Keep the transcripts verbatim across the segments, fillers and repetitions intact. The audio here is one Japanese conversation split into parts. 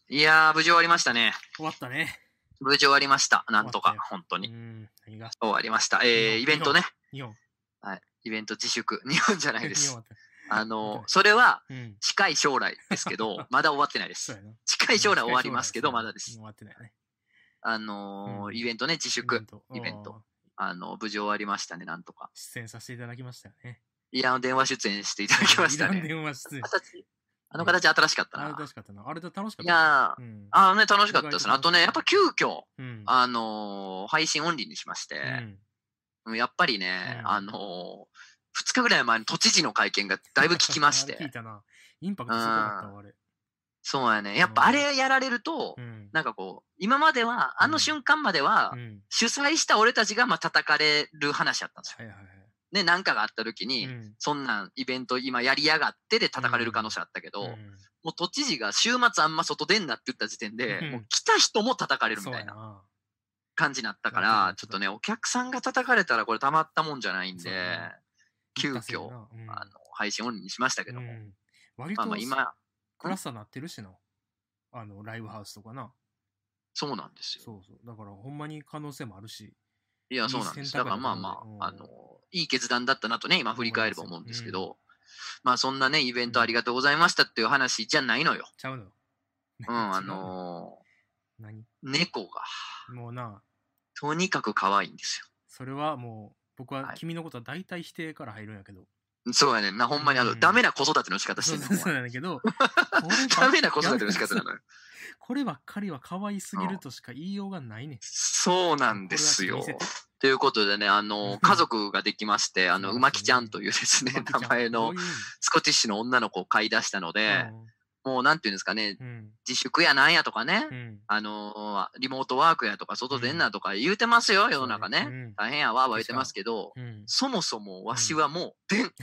いやー、無事終わりましたね。 終わったね。 無事終わりました。なんとか、 終わった本当に。 うん、何が終わりました。えー、イベントね。 日本。 はい。イベント自粛。日本じゃないで日す本。終わっあの、それはた。うん。 近い将来ですけど、まだ終わってないです。 そうやな。 近い将来終わりますけど、まだです。 終わってないね。 あのー、 うんイベントね、自粛。 イベント。 イベント。 あーあの、無事終わりましたね、なんとか。 出演させていただきましたよね。 いや、電話出演していただきましたいらんね。 電話出演。 形あの形新しかったあれな。 楽しかったな。あれと楽しかった。 いやー、 うん。 あのね、楽しかったですね。あとね、やっぱ急遽、 うん。 あのー、配信オンリーにしまして、 うん。 やっぱりね、 うんあのー、ふつかぐらい前の都知事の会見がだいぶ聞きましあれ聞いて。 たな。インパクトすごかったわ、あれ。 そうやね。やっぱあれやられると、 うん。 なんかこう、今までは、あの瞬間まではう、ん。 主催した俺たちがまあ叩かれる話だったんですよ。 はいはいはい。 ね、なんかがあった時に、 うんそんなんイベント今やりやがってで叩かれる可能性あったけど、 うんもう都知事が週末あんま外出んなって言った時点で、 うんもう来た人も叩かれるみそうたいなやな。 感じになったかうら、 んちょっとね、お客さんが叩かれたらこれたまったもんじゃないんでそうやな、 急一過性や遽、 なうんあの、配信オンリーにしましたけども、 うん。割とまあまあ今、 クラスターなってるしな。あの、ライブハウスとかな。 そうなんですよ。 そうそう。だからほんまに可能性もあるし。 いや、 いいそうなんです。 選択だからまあだと思うでまあ、あの、いい決断だったなとね、今振り返れば思うんですけど、まあそんなね、イベントありがとうございましたっていう話じゃないのよ。 ちゃうのよ。 うん、あ違うの何ー、猫が、 もうな、 とにかく可愛いんですそれはもう、僕ははい君のことは大体否定から入るんやけど。 よ。そうやねんな、ほんまにあの、 うんダメな子育ての仕方してるの。 そうそうそうなんだけど、これダメな子育ての仕方なのよ。 こればっかりは可愛すぎるとしか言いようがないねん。 そうなんですよこれはちょっと見せて。 ということでね、あの、家族ができまして、あの、うまきちゃんというですね、名前のどういう意味スコティッシュの女の子を飼い出したので、もうなんていうんですかね、 うん自粛やなんやとかね、 うんあのーリモートワークやとか外出んなとか言うてますよ、世の中ね。 うん大変やわ、わ言うてますけど、 うんそもそもわしはもう出ん。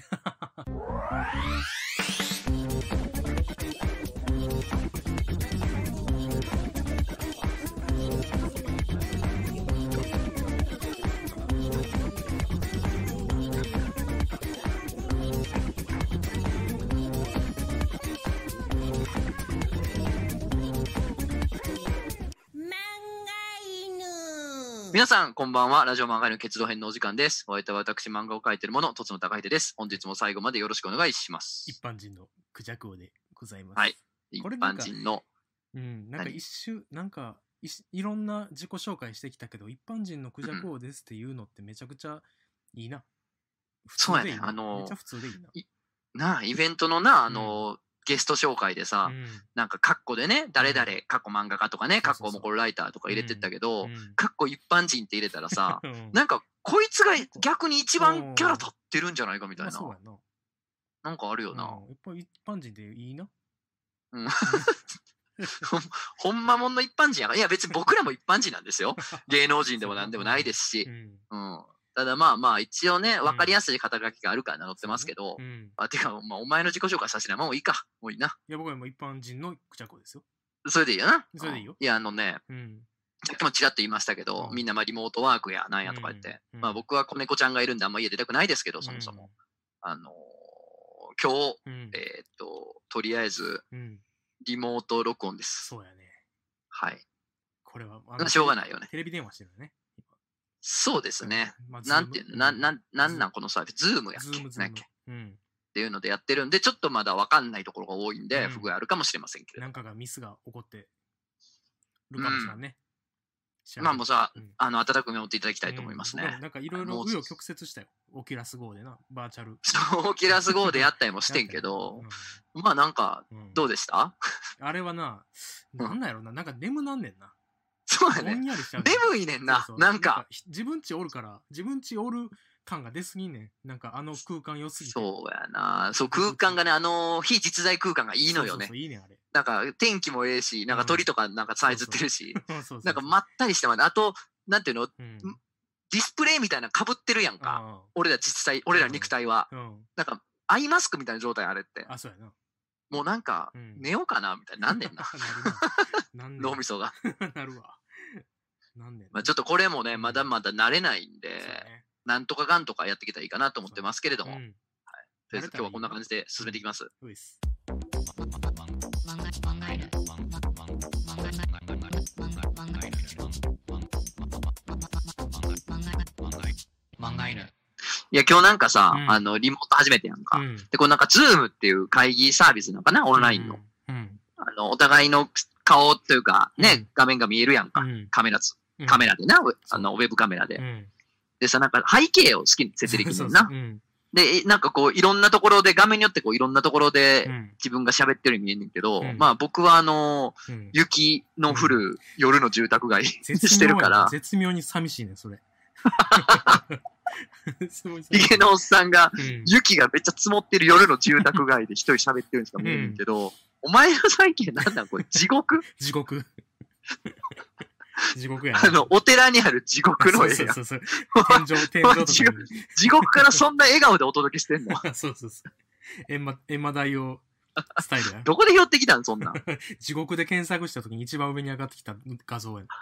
皆さん、こんばんは。ラジオ漫画の結動編のお時間です。お相手は私、漫画を描いている者、とつの高秀です。本日も最後までよろしくお願いします。 一般人のクジャク王でございます。 はい。一これなんか般人の、 うん、なんか一周、なんかいしいろんな自己紹介してきたけど、一般人のクジャク王ですっていうのってめちゃくちゃいいな。普通でいいなそうやねあのーめっちゃ普通でいいな。 なあ、イベントのな、あのーゲスト紹介でさ、 うんなんかカッコでね、誰々、カッコ漫画家とかね、カッそうそうそうコモコルライターとか入れてったけど、 うんカッコ一般人って入れたらさ、 うんなんか、こいつが逆に一番キャラ立ってるんじゃないかみたいな。 まあそうやな。 なんかあるよな。 うんやっぱ一般人でいいな。 うんほんほんまもんの一般人やから。いや別に僕らも一般人なんですよ。芸能人でもなんでもないですしう。んうん。ただまあまあ一応ね、わかりやすい肩書きがあるから名乗ってますけどう、ん、 あ、てか、まあお前の自己紹介させてない。もういいか。もういいな。 いや僕はもう一般人のクジャク王ですよ。 それでいいよな。 それでいいよいや、あのね、 うん。 さっきもちらっと言いましたけど、 うんみんなまあリモートワークやなんやとか言って、 うんまあ僕は子猫ちゃんがいるんであんま家出たくないですけど、そもそも。あのー今日、 うん。うん。 えーっと、とりあえず、 うん。 リモート録音です。 そうやね。 はい。 これは、 しょうがないよね。 テレビ電話してるよね。 そうですね。 まあなんていうの、な、な、なんなんズこのサービス、ズームやっズームズームけなんやっけっ。 うん。 ていうのでやってるんで、ちょっとまだわかんないところが多いんで、 うん不具合あるかもしれませんけれど。 なんかがミスが起こってるかもしれんね。知らんけどまあもうさうん、 あの、温かく見守っていただきたいと思いますねうん僕も。なんかいろいろもう紆余曲折したよ。オキュラス号でな、バーチャル。 そう、オキュラスゴーでやったりもしてんけど、まあなんか、 うんうんどうでしたあれはな、なんなんやろな、なんか眠なんねんな。ぼそうやね。 んやりしちゃう。 眠いねんなそうそうなんか。 ひ自分ちおるから、自分ちおる感が出すぎんねん。なんかあの空間良すぎて。 そうやな。そう、空間がね、あの非実在空間がいいのよねそうそうそう。いいねんあれ。 なんか、天気もええし、なんか鳥とかなんかさえずってるし、 そうそうなんかまったりしてます。あと、なんていうの、 うんディスプレイみたいなの被ってるやんか。 あ俺ら実際、俺ら肉体は。 あうん。 なんか、アイマスクみたいな状態あれって。 あ、そうやな。 もうなんかう、ん寝ようかなみたいな。なんねんな。 なるな。なんで脳みそが。 なるわ。なんでまあちょっとこれもね、 うんまだまだ慣れないんそうで、 ねなんとかがんとかやっていけたらいいかなと思ってますけれども、とりうん。 あえず今日はこんな感じで進めていきます。 そうです。 漫画漫画いや、今日なんかさ、 うんあの、リモート始めてやんか。 うん。 で、こうなんか、ズームっていう会議サービスなのかな、オンラインの。 うん。 あの、お互いの顔というか、ね、 うん画面が見えるやんか。 うん。 カメラつ、 うんカメラでな、 そうあの、ウェブカメラで。 うん。 でさ、なんか背景を好きに設定できるそうねんな。 そううん。 で、えなんかこう、いろんなところで、画面によってこう、いろんなところでうん。 自分が喋ってるように見えんねんけど、 うんまあ僕はあの、 うん。 雪の降る夜の住宅街絶してるから、 絶妙に寂しいね、それ。すごい寂しい家のおっさんが、 うん雪がめっちゃ積もってる夜の住宅街で一人喋ってるんしか見えんねんけど、お前の最近なんなんこれ地獄地獄。地獄やな。 あの、お寺にある地獄の絵やそうそうそうそう。天井、天井とか地獄地獄からそんな笑顔でお届けしてんのに。そうそうそう。閻魔、閻魔大王スタイルや。 どこで拾ってきたんそんなん。 地獄で検索した時に一番上に上がってきた画像や。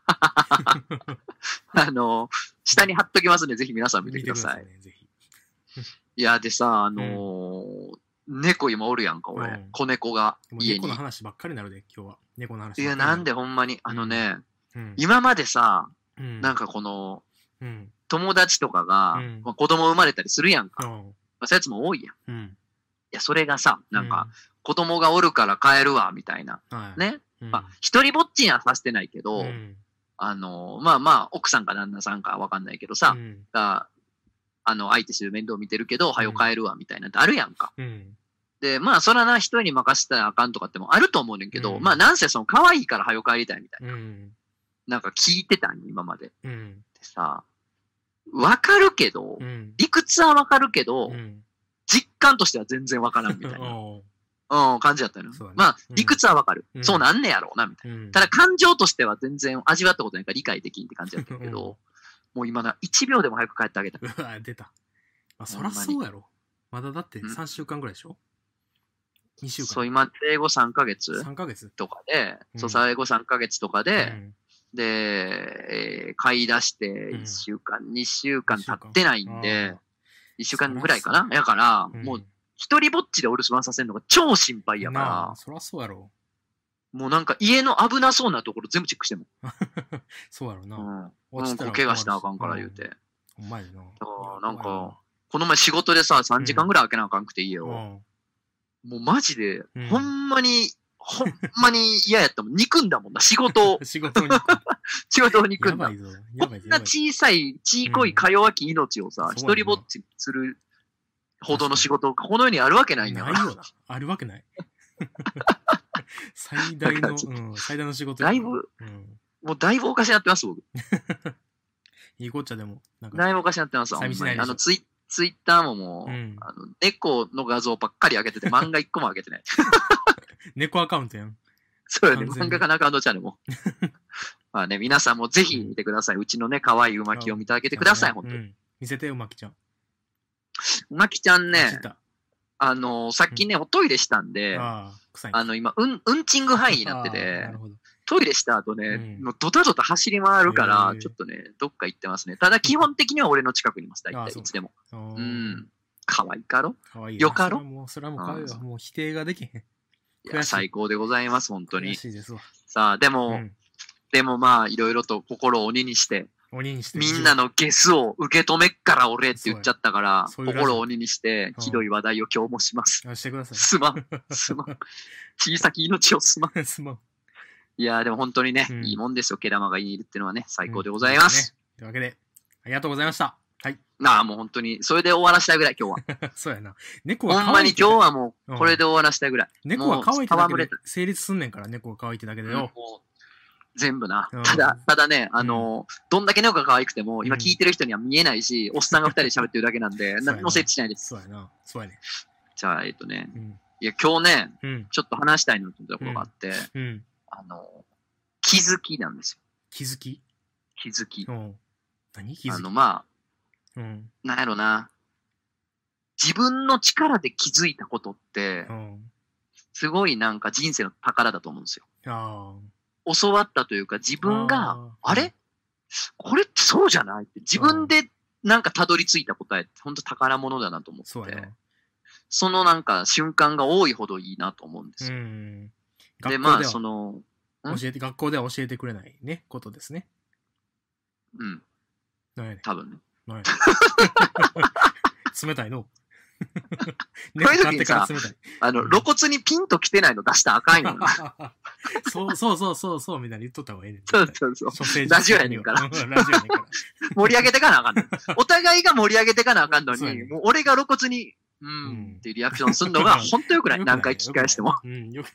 あの、下に貼っときますんで、ぜひ皆さん見てください。 ね、ぜひ。 いや、でさ、あのー猫今おるやんか、俺。 うん子猫が家にでも猫の。話ばっかりになるで、今日は。猫の話ばっかりいや、なんでほんまに、あのね、 うん、 今までさ、 うん、 なんかこの、 うん、 友達とかが、 うんまあ、子供生まれたりするやんか。 うん、 まあ、そういうやつも多いやん。いうん。 や、それがさ、なんか、子供がおるから帰るわ、みたいな。 うん、はい。 ね。 うん、 まあ、一人ぼっちにはさせてないけど、 うん、 あの、まあまあ、奥さんか旦那さんかわかんないけどさ、 うん、 が、あの、相手してる面倒見てるけど、はよ帰るわ、みたいなってあるやんか。 うん、 で、まあ、そらな、一人に任せたらあかんとかってもあると思うねんけど、 うんまあ、なんせその、可愛いからはよ帰りたいみたいな。 うん、 なんか聞いてたんよ、今まで。 うん、 でさ、わかるけど、 うん、 理屈はわかるけど、 うん、 実感としては全然わからんみたいな、 おうん、感じだったの。 そうだねまあ、 うん理屈はわかる、 うんそうなんねやろうな、みたいな。 ーうんただ、感情としては全然味わったことないから理解できんって感じだったけど、もう今な、いちびょうでも早く帰ってあげたい。 うわ、出た。まあ、そらそうやろ。まだだってさんしゅうかんぐらいでしょ ?に 週間。 そう、今、生後さんかげつさんかげつとかで、 うんそう、生後さんかげつとかで、 うんで、えー買い出してうんいっしゅうかん、にしゅうかん経ってないんで、いっしゅうかんぐらいかそらな。やから、 うんもう、一人ぼっちでお留守番させるのが超心配やかならあ、そらそうやろ。 もうなんか家の危なそうなところ全部チェックしてんもん。 そうやろな。 うん。 落ちたらうんこう怪我したらあかんから言うて。 うん。ほんまやな。 だからなんか、この前仕事でさ、さんじかんぐらい開けなあかんくて家を。 うん、 もうマジで、 うんほんまに、ほんまに嫌やったもん。憎んだもんな、仕事を。 仕事に。 仕事を憎んだ。 やばいぞ。やばいぞ。 こんなやばいぞ小さい、ちいこいか弱き命をさ、 うん一人ぼっちするほどの仕事、この世にあるわけないんだから。 ないよな。あるわけない。最大の、 だからちょっうん、最大の仕事だいぶ、 うん。 もうだいぶおかしなってます、僕。 いいこっちゃでも、なんか、 だいぶおかしなってますわ、ほんまに。 寂しないでしょあの、ツイツイッターももう、 うんあの猫の画像ばっかり上げてて、漫画一個も上げてない。 猫アカウントやん。 そうよね、 完全に漫画かなアカウントチャンネルも。まあね、皆さんもぜひ見てください。うちのね、可愛いうまきを見てあげてください、本当に。 うん。見せてよ、まきちゃん。 うまきちゃん知ねっ、たあのーさっきね、おトイレしたんで、 ああ、臭い。 あの、今、うん、うんちんぐ範囲になってああてなる、ほど。 トイレした後ね、 うんもうドタドタ走り回るからへ、えちょっとね、どっか行ってますね。ただ基本的には俺の近くにいます、大ああそう体いつでも。 ううん。可愛いかろかわいいよかろそれはもう、それはもう可愛いわ。 うんもう否定ができへん。 い悔しいや最高でございます、本当悔に。 しいですわ。 さあ、でも、 うん。 でもまあ、いろいろと心を鬼にして、 鬼にして。 みんなのゲスを受け止めっから俺って言っちゃったから、 そうやそういうラジオ心を鬼にして、 うんひどい話題を今日もします。 あしてくださすまん、すまん。小さき命をすまん。 い。すまん。 いやーでも本当にね、 うんいいもんですよ。毛玉がいるっていうのはね、最高でございます。 うん。というわけで、ありがとうございました。はい。 なあ、もう本当に、それで終わらしたいぐらい、今日は。 そうやな。猫がほんまに可愛いって今日はもうんう、これで終わらしたいぐらい。 猫が可愛いってもう戯れただけで成立すんねんから、猫が可愛いってだけでよ。 もう全部なうん。 ただ、ただね、あのー、どんだけ猫が可愛くても、今うん聞いてる人には見えないし、おっさんが二人で喋ってるだけなんで、 そうやな何も設置しないです。 そうやな。そうやね。 じゃあ、えっとね、 うん。 いや、今日ね、 うん。 ちょっと話したいなと思ったことがあって、 うん。 あのー、気づきなんですよ。 気づき気づき。 うん。何気づきあの、まあ、 うん。 なんやろな。自分の力で気づいたことってう、ん。 すごいなんか人生の宝だと思うんですよ。 あ教わったというか、自分が、 あーあれこれってそうじゃないって自分でなんかたどり着いた答えって本当宝物だなと思あ。 っててそうやな。、 そのなんか瞬間が多いほどいいなと思うんですうよ。 ん。 で、 学校でまあ、 はその、ん教えて、学校では教えてくれないね、ことですね。 うん、 なんやね多分ね。 はい。冷たいの。 こういう時にさ冷たい。 あの、露骨にピンと来てないの出したらあかんよな。 そうそうそうそうそうみたいに言っとった方がええねん。 そうそうそう。ラジオやねんから。 ラジオやねんから。 盛り上げてかなあかんの。お互いが盛り上げてかなあかんのに、 そうやねもう俺が露骨に、うーんっていうリアクションするのが本当よくない。何回聞き返しても。 うん、よく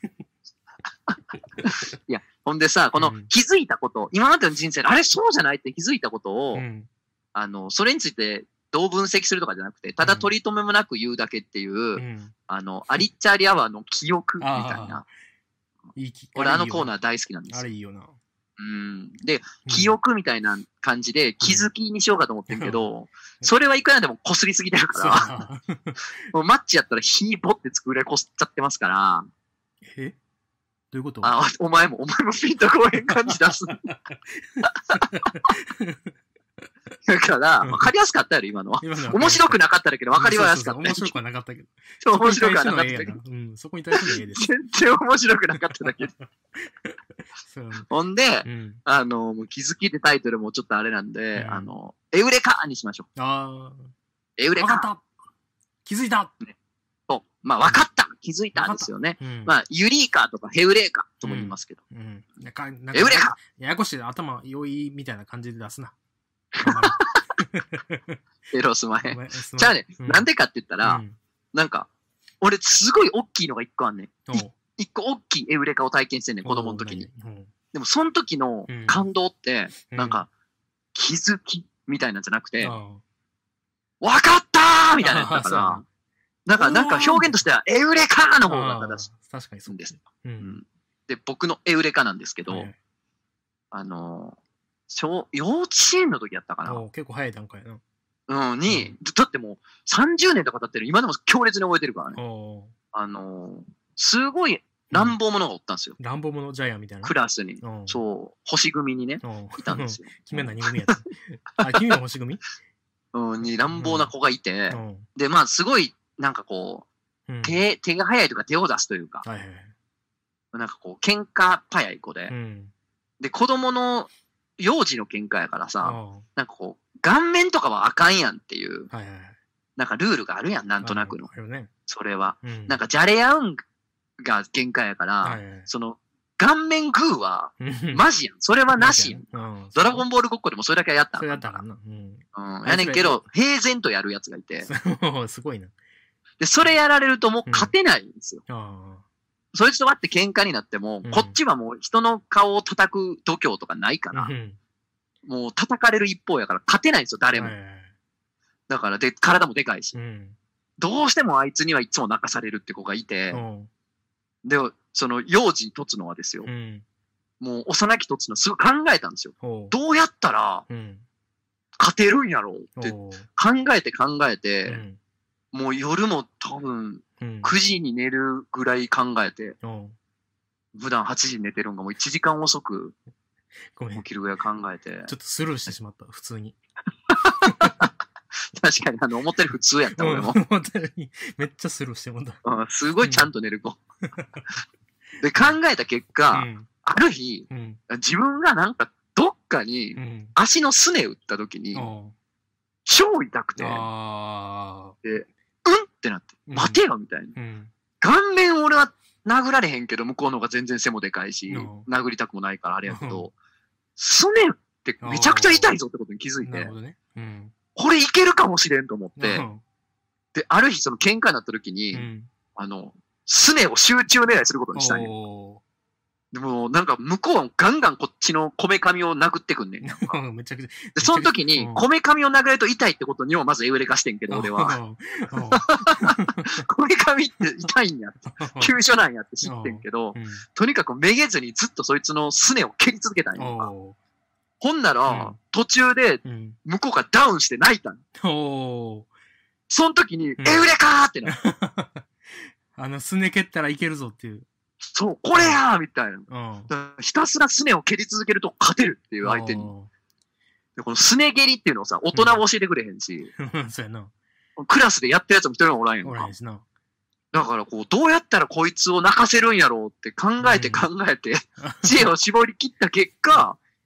いや、ほんでさ、この気づいたこと、今までの人生で、あれそうじゃないって気づいたことを、 うんあの、それについてどう分析するとかじゃなくて、ただ取り留めもなく言うだけっていう、 うんあの、アリッチャーリアワーの記憶みたいな。 いいき俺あのコーナー大好きなんですよ。 あれいいよな。 うん。で、記憶みたいな感じで気づきにしようかと思ってんけど、 うんそれはいくらでも擦りすぎてるから、もうマッチやったら火ボって作れこすっちゃってますから、 えどういうこと？ あ、お前も、お前もピンとこうへん感じ出す。だから、わかりやすかったやろ、今のは。面白くなかっただけど、わかりやすかった。 面白くはなかったけど。 面白くはなかったけど。 うん、そこに対してのええです。 全然面白くなかっただけ。ほんで、 うん、 あの、もう気づきってタイトルもちょっとあれなんで、うん、あの、エウレカにしましょう。 ああ。 エウレカ。 わかった気づいた、 ね、そう。まあ、わかった気づいたんですよね。うん、まあ、ユリーカとかヘウレーカとも言いますけど。うん。うん、 なんかなんかエウレカややこしい頭良いみたいな感じで出すな。 エロすまへん。じゃあね、うん、なんでかって言ったら、うん、なんか、俺すごい大きいのが一個あんねん。一個大きいエウレカを体験してんねん、子供の時に。でも、その時の感動って、うん、なんか、気づきみたいなんじゃなくて、わかったーみたいなやつだから、なんか、なんか表現としては、エウレカの方が正しい。 確かにそうです。うん。で、僕のエウレカなんですけど、 はい、 あの、小、幼稚園の時やったかな。 結構早い段階やな。 うん、に、うん、だってもうさんじゅうねんとか経ってる、今でも強烈に覚えてるからね。あの、すごい乱暴者がおったんですよ。 うん、乱暴者ジャイアンみたいな。 クラスに。そう、星組にね、いたんですよ。 君は何組やったあ、君は星組うん、に乱暴な子がいて、うん、で、まあ、すごい、なんかこう、うん、手、手が早いというか手を出すというか、 はいはい、 なんかこう、喧嘩早い子で、うん、で、子供の幼児の喧嘩やからさ、なんかこう、顔面とかはあかんやんっていう、 はいはい、 なんかルールがあるやん、なんとなくの。 ね、 それは、 うん。 なんかじゃれ合うんが喧嘩やから、 はいはい、 その、顔面グーは、マジやん。それはなしやん。うん、ドラゴンボールごっこでもそれだけやったんそれやったからな。うん。 うん、やねんけど、平然とやるやつがいて。 すごいな。 で、それやられるともう勝てないんですよ。 うん、 そいつと割って喧嘩になっても、うん、こっちはもう人の顔を叩く度胸とかないから、うん、もう叩かれる一方やから勝てないんですよ、誰も。だから、で、体もでかいし、うん。どうしてもあいつにはいつも泣かされるって子がいて、うん、で、その幼児とつのはですよ、うん、もう幼きとつのすぐ考えたんですよ。どうやったら勝てるんやろうって考えて考えて、うん、もう夜も多分くじに寝るぐらい考えて、うん、普段はちじに寝てるんがもういちじかん遅く起きるぐらい考えて。 ちょっとスルーしてしまった、普通に。 確かに、あの、思ったより普通やった、俺も。 思ったよりめっちゃスルーしてもんだ。 うん、すごいちゃんと寝る子。で、考えた結果、うん、ある日、うん、自分がなんかどっかに足のすね打った時に、うん、超痛くて、で、うんってなって、待てよみたいな。うん、顔面俺は殴られへんけど、向こうの方が全然背もでかいし、殴りたくもないからあれやけど、すねってめちゃくちゃ痛いぞってことに気づいて、なるほどね。うん、これいけるかもしれんと思って、うん、で、ある日その喧嘩になった時に、うん、あの、すねを集中狙いすることにしたんよ。でも、なんか向こうはガンガンこっちのこめかみを殴ってくんねん。 めちゃくちゃ。 で、その時に、こめかみを殴られると痛いってことにもまずエウレカしてんけど、俺は。こめかみって痛いんやって、急所なんやって知ってんけど、とにかくめげずにずっとそいつのすねを蹴り続けたんよ。ほんなら、うん、途中で、向こうがダウンして泣いたの。うん、その時に、うん、エウレカーってなった。 あの、すね蹴ったらいけるぞっていう。 そう、これやーみたいな、うん。ひたすらすねを蹴り続けると勝てるっていう相手に。でこのすね蹴りっていうのをさ、大人は教えてくれへんし。 うん、そうやな。 クラスでやってるやつも一人もおらんやんか。 おらんしな。 だからこう、どうやったらこいつを泣かせるんやろうって考えて考えて、知恵を絞り切った結果、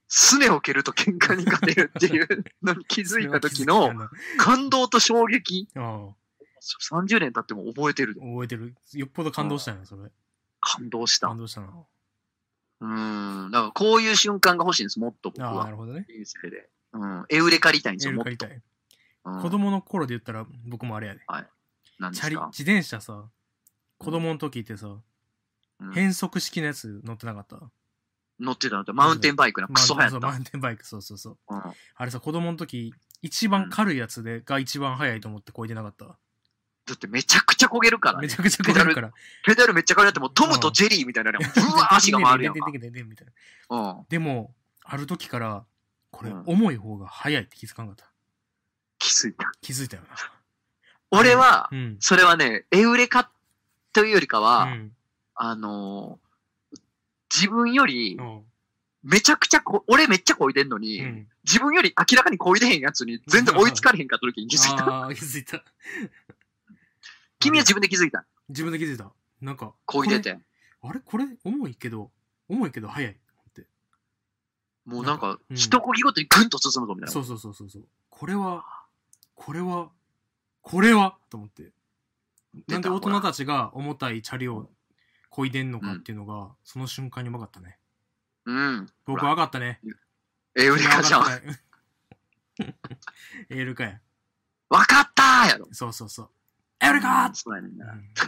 すねを蹴ると喧嘩に勝てるっていうのに気づいた時の感動と衝撃。ああさんじゅうねん経っても覚えてる。 覚えてる。よっぽど感動したんや、それ。 感動した。 感動したな。 うーん。だからこういう瞬間が欲しいんです、もっと僕は。 ああ、なるほどね。 人生で。うん。エウレカりたいんですよ、もっと。 エウレカりたい。うん、子供の頃で言ったら僕もあれやで。 はい。何ですか？ チャリ、自転車さ、子供の時ってさ、うん、変速式のやつ乗ってなかった？ 乗ってたのってマウンテンバイクな、クソ速やった。 マウンテンバイク、そうそうそう。うん、あれさ、子供の時、一番軽いやつで、が一番速いと思ってこいでなかった？ だってめちゃくちゃ焦げるからね。 めちゃくちゃ焦げるから。 ペダルめっちゃ軽いってもうトムとジェリーみたいなね。うわ足が回るやんか。 でも、ある時から、これ、重い方が速いって気づかんかった。 気づいた。 気づいたよな。 俺は、それはね、エウレカというよりかは、あの、自分より、めちゃくちゃこ、俺めっちゃこいでんのに、自分より明らかにこいでへんやつに全然追いつかれへんかった時に気づいた。 ああ、気づいた。 君は自分で気づいた？ 自分で気づいた。なんか、 こいでて。 あれこれ重いけど、重いけど速いって。 もうなんか、一こぎごとにグンと進むぞみたいな。 そうそうそうそう。これは、これは、これはと思って。なんで大人たちが重たいチャリをこいでんのかっていうのが、うん、その瞬間に分かったね。 うん。 僕分かったね。 エウレカじゃん。 エウレカや。 分かったーやろ。 そうそうそう。エウレカーそうやねんな。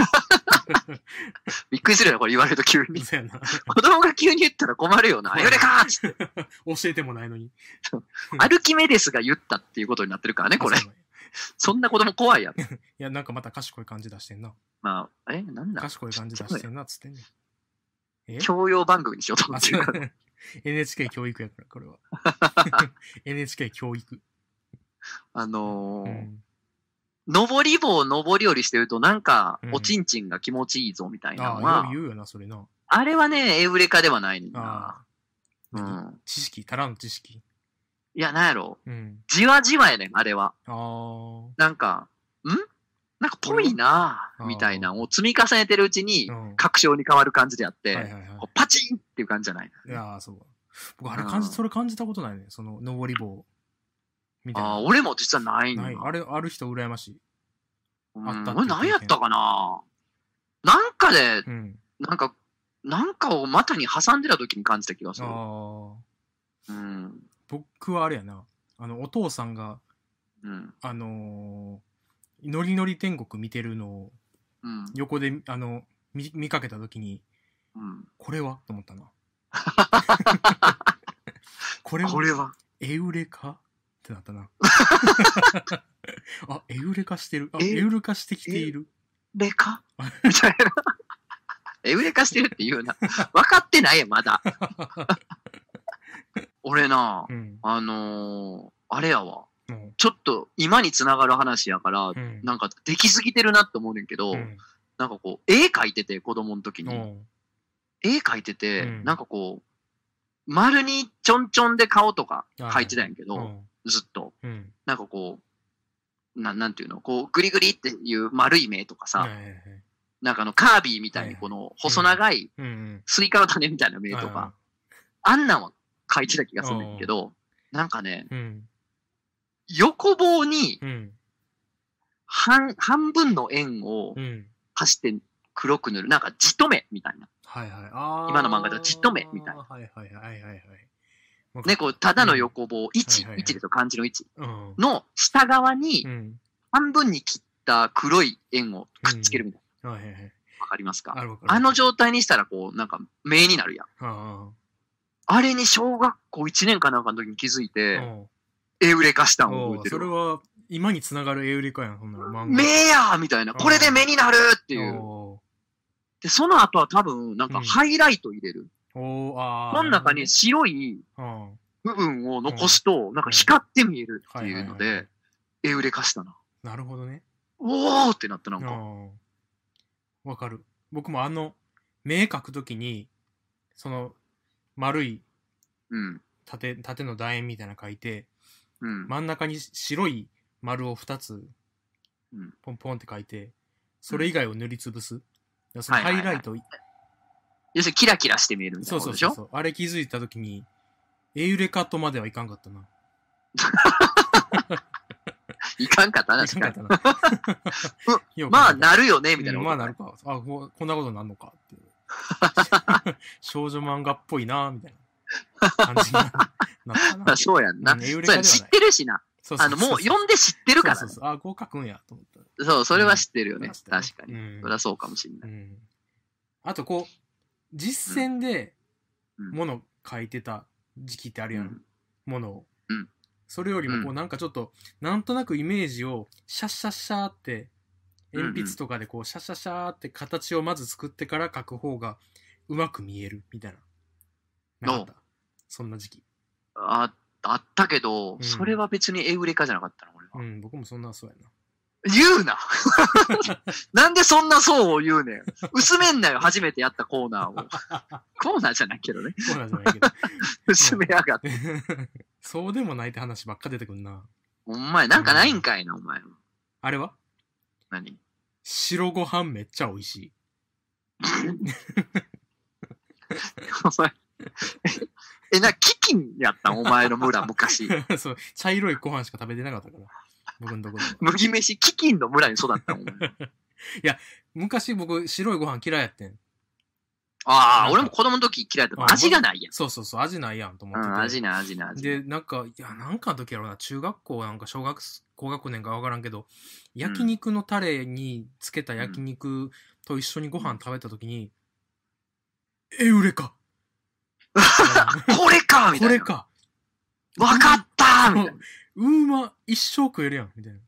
びっくりするよな、これ言われると急に。 そうやな。 子供が急に言ったら困るよな。エウレカーって。 教えてもないのに。 アルキメデスが言ったっていうことになってるからね、これ。そんな子供怖いやん。いや、なんかまた賢い感じ出してんな。 まあ、え、なんだ賢い感じ出してんな、つってんねん。 え教養番組にしようと思ってるから。 エヌエイチケー 教育やから、これは。エヌエイチケー 教育。 あのー、うん、上り棒上り下りしてるとなんか、おちんちんが気持ちいいぞみたいなのは、 うん、ああ、言うよな、それな。 あれはね、エウレカではないねんな。 うん。知識、たらん知識。 いや、なんやろ。うん、じわじわやねん、あれは。 あなんか、んなんかぽいなぁ、みたいなのを積み重ねてるうちに、確証に変わる感じであって、はいはいはい、パチンっていう感じじゃない。 いやー、そう。僕、あれ感じ、それ感じたことないね。その、上り棒。みたいな。 ああ、俺も実はないんだ。 ない。あれ、ある人羨ましい。 あったって。俺何やったかななんかで、うん、なんか、なんかを股に挟んでた時に感じた気がする。ああ。うん。 僕はあれやな。あの、お父さんが、うん、あのー、のりのり天国見てるのを、うん、横で、あの、見、見かけたときに、うん、これはと思ったな。これは、 これはエウレカってなったな。あ、エウレカしてる。あ、エウレカしてきている。 レカみたいな。エウレカしてるって言うな。分かってないよ、まだ。俺な、うん、あのー、あれやわ、うん。ちょっと今につながる話やから、うん、なんかできすぎてるなって思うねんけど、うん、なんかこう、絵描いてて、子供の時に。うん、絵描いてて、うん、なんかこう、丸にちょんちょんで顔とか描いてたんやけど、うん、ずっと、うん。なんかこう、ななんていうの、こう、グリグリっていう丸い目とかさ、なんかあの、カービィみたいにこの細長いスイカの種みたいな目とか、あんなんは描いてた気がするんだけど、なんかね、うん、横棒に半、半分の円を足して黒く塗る、なんかじとめみたいな。はいはい、あ今の漫画ではじとめみたいな。はいはいはいはいはい。ね、こう、ただの横棒、いち、いちですよ、漢字のいち。の下側に半分に切った黒い円をくっつけるみたいな。わかりますか？あの状態にしたら、こう、なんか、目になるやん。あれに小学校いちねんかなんかの時に気づいて、エウレカしたのを覚えてる。 それは、今につながるエウレカやん、そんなの。 目やーみたいな。これで目になるっていう。で、その後は多分、なんかハイライト入れる。おあこの中に白い部分を残すと、なんか光って見えるっていうので、エウレカしたな。 なるほどね。 おーってなった、なんか。 わかる。僕もあの、目描くときに、その、丸い、縦、縦の楕円みたいなの描いて、うん、真ん中に白い丸をふたつ、ポンポンって描いて、それ以外を塗りつぶす。うん、そのハイライト、 要するにキラキラして見えるみたいなことでしょ？ そうそうそう。あれ気づいたときに、 エウレカとまではいかんかったな。 いかんかったな、確かに。 かったなまあ、なるよね、みたいな、 うん。まあ、なるか。あ、こんなことになるのかっていう。少女漫画っぽいな、みたいな感じになったな。 そうやんな。うん、そうやん、知ってるしな。そうそうそうそう、あの、もう読んで知ってるから、ね。 そうそうそう。あ、こう書くんや、と思った。 そう、それは知ってるよね。うん、確かに。 うん、 そりゃそうかもしれない。 うん、あと、こう、実践で、もの書いてた時期ってあるやん。うん、ものを。うん、それよりも、こう、なんかちょっと、なんとなくイメージを、シャッシャッシャーって、鉛筆とかでこう、シャッシャッシャーって形をまず作ってから書く方が、うまく見える、みたいな。なかった。そんな時期。 あ、あったけど、うん、それは別にエウレカじゃなかったの、俺は。 うん、僕もそんなそうやな。 言うななんでそんなそうを言うねん。薄めんなよ、初めてやったコーナーを。コーナーじゃないけどね。 コーナーじゃないけど。 薄めやがって。 そうでもないって話ばっか出てくんな。 お前、なんかないんかいな、うん、お前。 あれは何？ 白ご飯めっちゃ美味しい。 お前。え、な、キキンやったんお前の村、昔。 そう、茶色いご飯しか食べてなかったから。僕のところ。 麦飯、キキンの村に育ったもん。いや、昔僕、白いご飯嫌いやってん。 ああ、俺も子供の時嫌いだった。味がないやん。 そうそうそう、味ないやんと思ってて。 うん、味ない、味ない、味ない。で、なんか、いや、なんかの時やろうな、中学校なんか小学、高学年かわからんけど、焼肉のタレにつけた焼肉と一緒にご飯食べた時に、うん、エウレカこれかみたいな。 これか。 わかったみたいな。 うーま、一生食えるやんみたい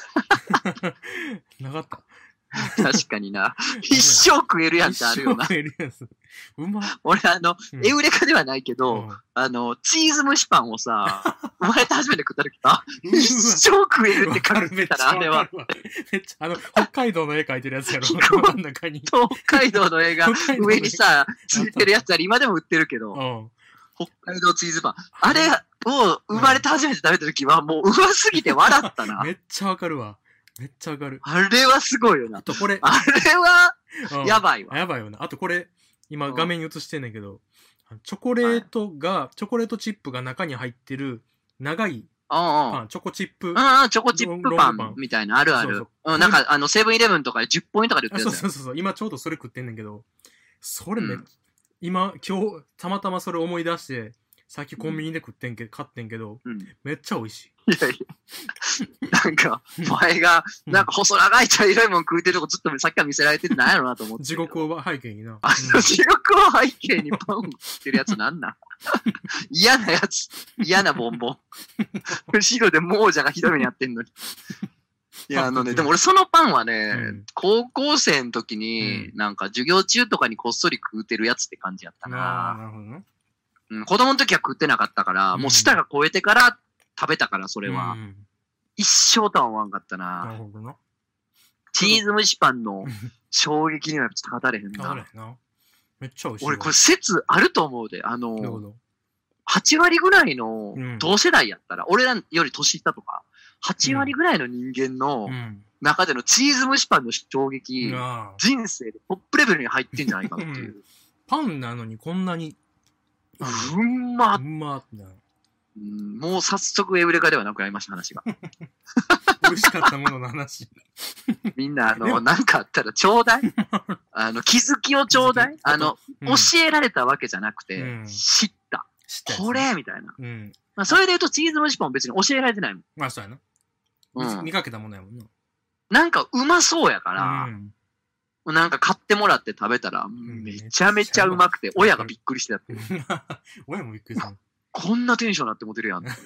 な。なかった。 確かにな。一生食えるやんってあるよな。 一生食えるやつ。うま。 俺あの、うん、エウレカではないけど、うん、あの、チーズ蒸しパンをさ、生まれて初めて食った時あ、一生食えるって書いてたら、あれは。 めっちゃ、あの、北海道の絵描いてるやつやろ、真ん中に。 北海道の絵が上にさ、ついてるやつあれ、今でも売ってるけど、うん、北海道チーズパン。あれを生まれて初めて食べた時は、もううますぎて笑ったな。 めっちゃわかるわ。めっちゃわかる。 あれはすごいよな。 あとこれ。 あれは、やばいわ。 やばいよな。あとこれ、今画面に映してんねんけど、チョコレートが、はい、チョコレートチップが中に入ってる長いパン、チョコチップ。 うんうん、チョコチップパンみたいな、あるある。そうそう、うん、なんか、あの、セブンイレブンとかでじゅっポイントとかで売ってるやつ。 そうそうそう。今ちょうどそれ食ってんねんけど、それめっちゃ、うん、今、今日、たまたまそれ思い出して、さっきコンビニで食ってんけ、買ってんけど、うん、めっちゃ美味しい。 いやいや、なんか、前が、なんか細長い茶色いもん食うてるとこずっとさっきから見せられててなんやろなと思って。 地獄を背景にな。 あの地獄を背景にパンを食ってるやつなんなん嫌なやつ。嫌なボンボン。後ろで亡者がひどい目にやってんのに。いや、あのね、でも俺そのパンはね、うん、高校生の時に、うん、なんか授業中とかにこっそり食うてるやつって感じやったな。 あ、なるほどね。 うん、子供の時は食ってなかったから、うん、もう舌が超えてから食べたから、それは。うん、一生とは思わんかったな。 なるほどな。 チーズ蒸しパンの衝撃にはちょっと語れへんな。 語れへんな。めっちゃ美味しい。 俺これ説あると思うで。あの、はち割ぐらいの同世代やったら、うん、俺らより年下とか、はち割ぐらいの人間の中でのチーズ蒸しパンの衝撃、うん、人生でトップレベルに入ってんじゃないかっていう。うん、 パンなのにこんなに、 うんまっ。 うんまっな。 うん、もう早速エウレカではなくなりました、話が。 美味しかったものの話。 みんな、あの、なんかあったらちょうだい。あの、気づきをちょうだい。あの、うん、教えられたわけじゃなくて、うん、知った。知ったこれみたいな。うん、まあ、それで言うとチーズ蒸しパンも別に教えられてないもん。 まあ、そうやな。うん、見かけたものやもんな。 なんかうまそうやから、うん、なんか買ってもらって食べたら、めちゃめちゃうまくて、親がびっくりしてたって。 親もびっくりした。 こんなテンションになってモテるやん。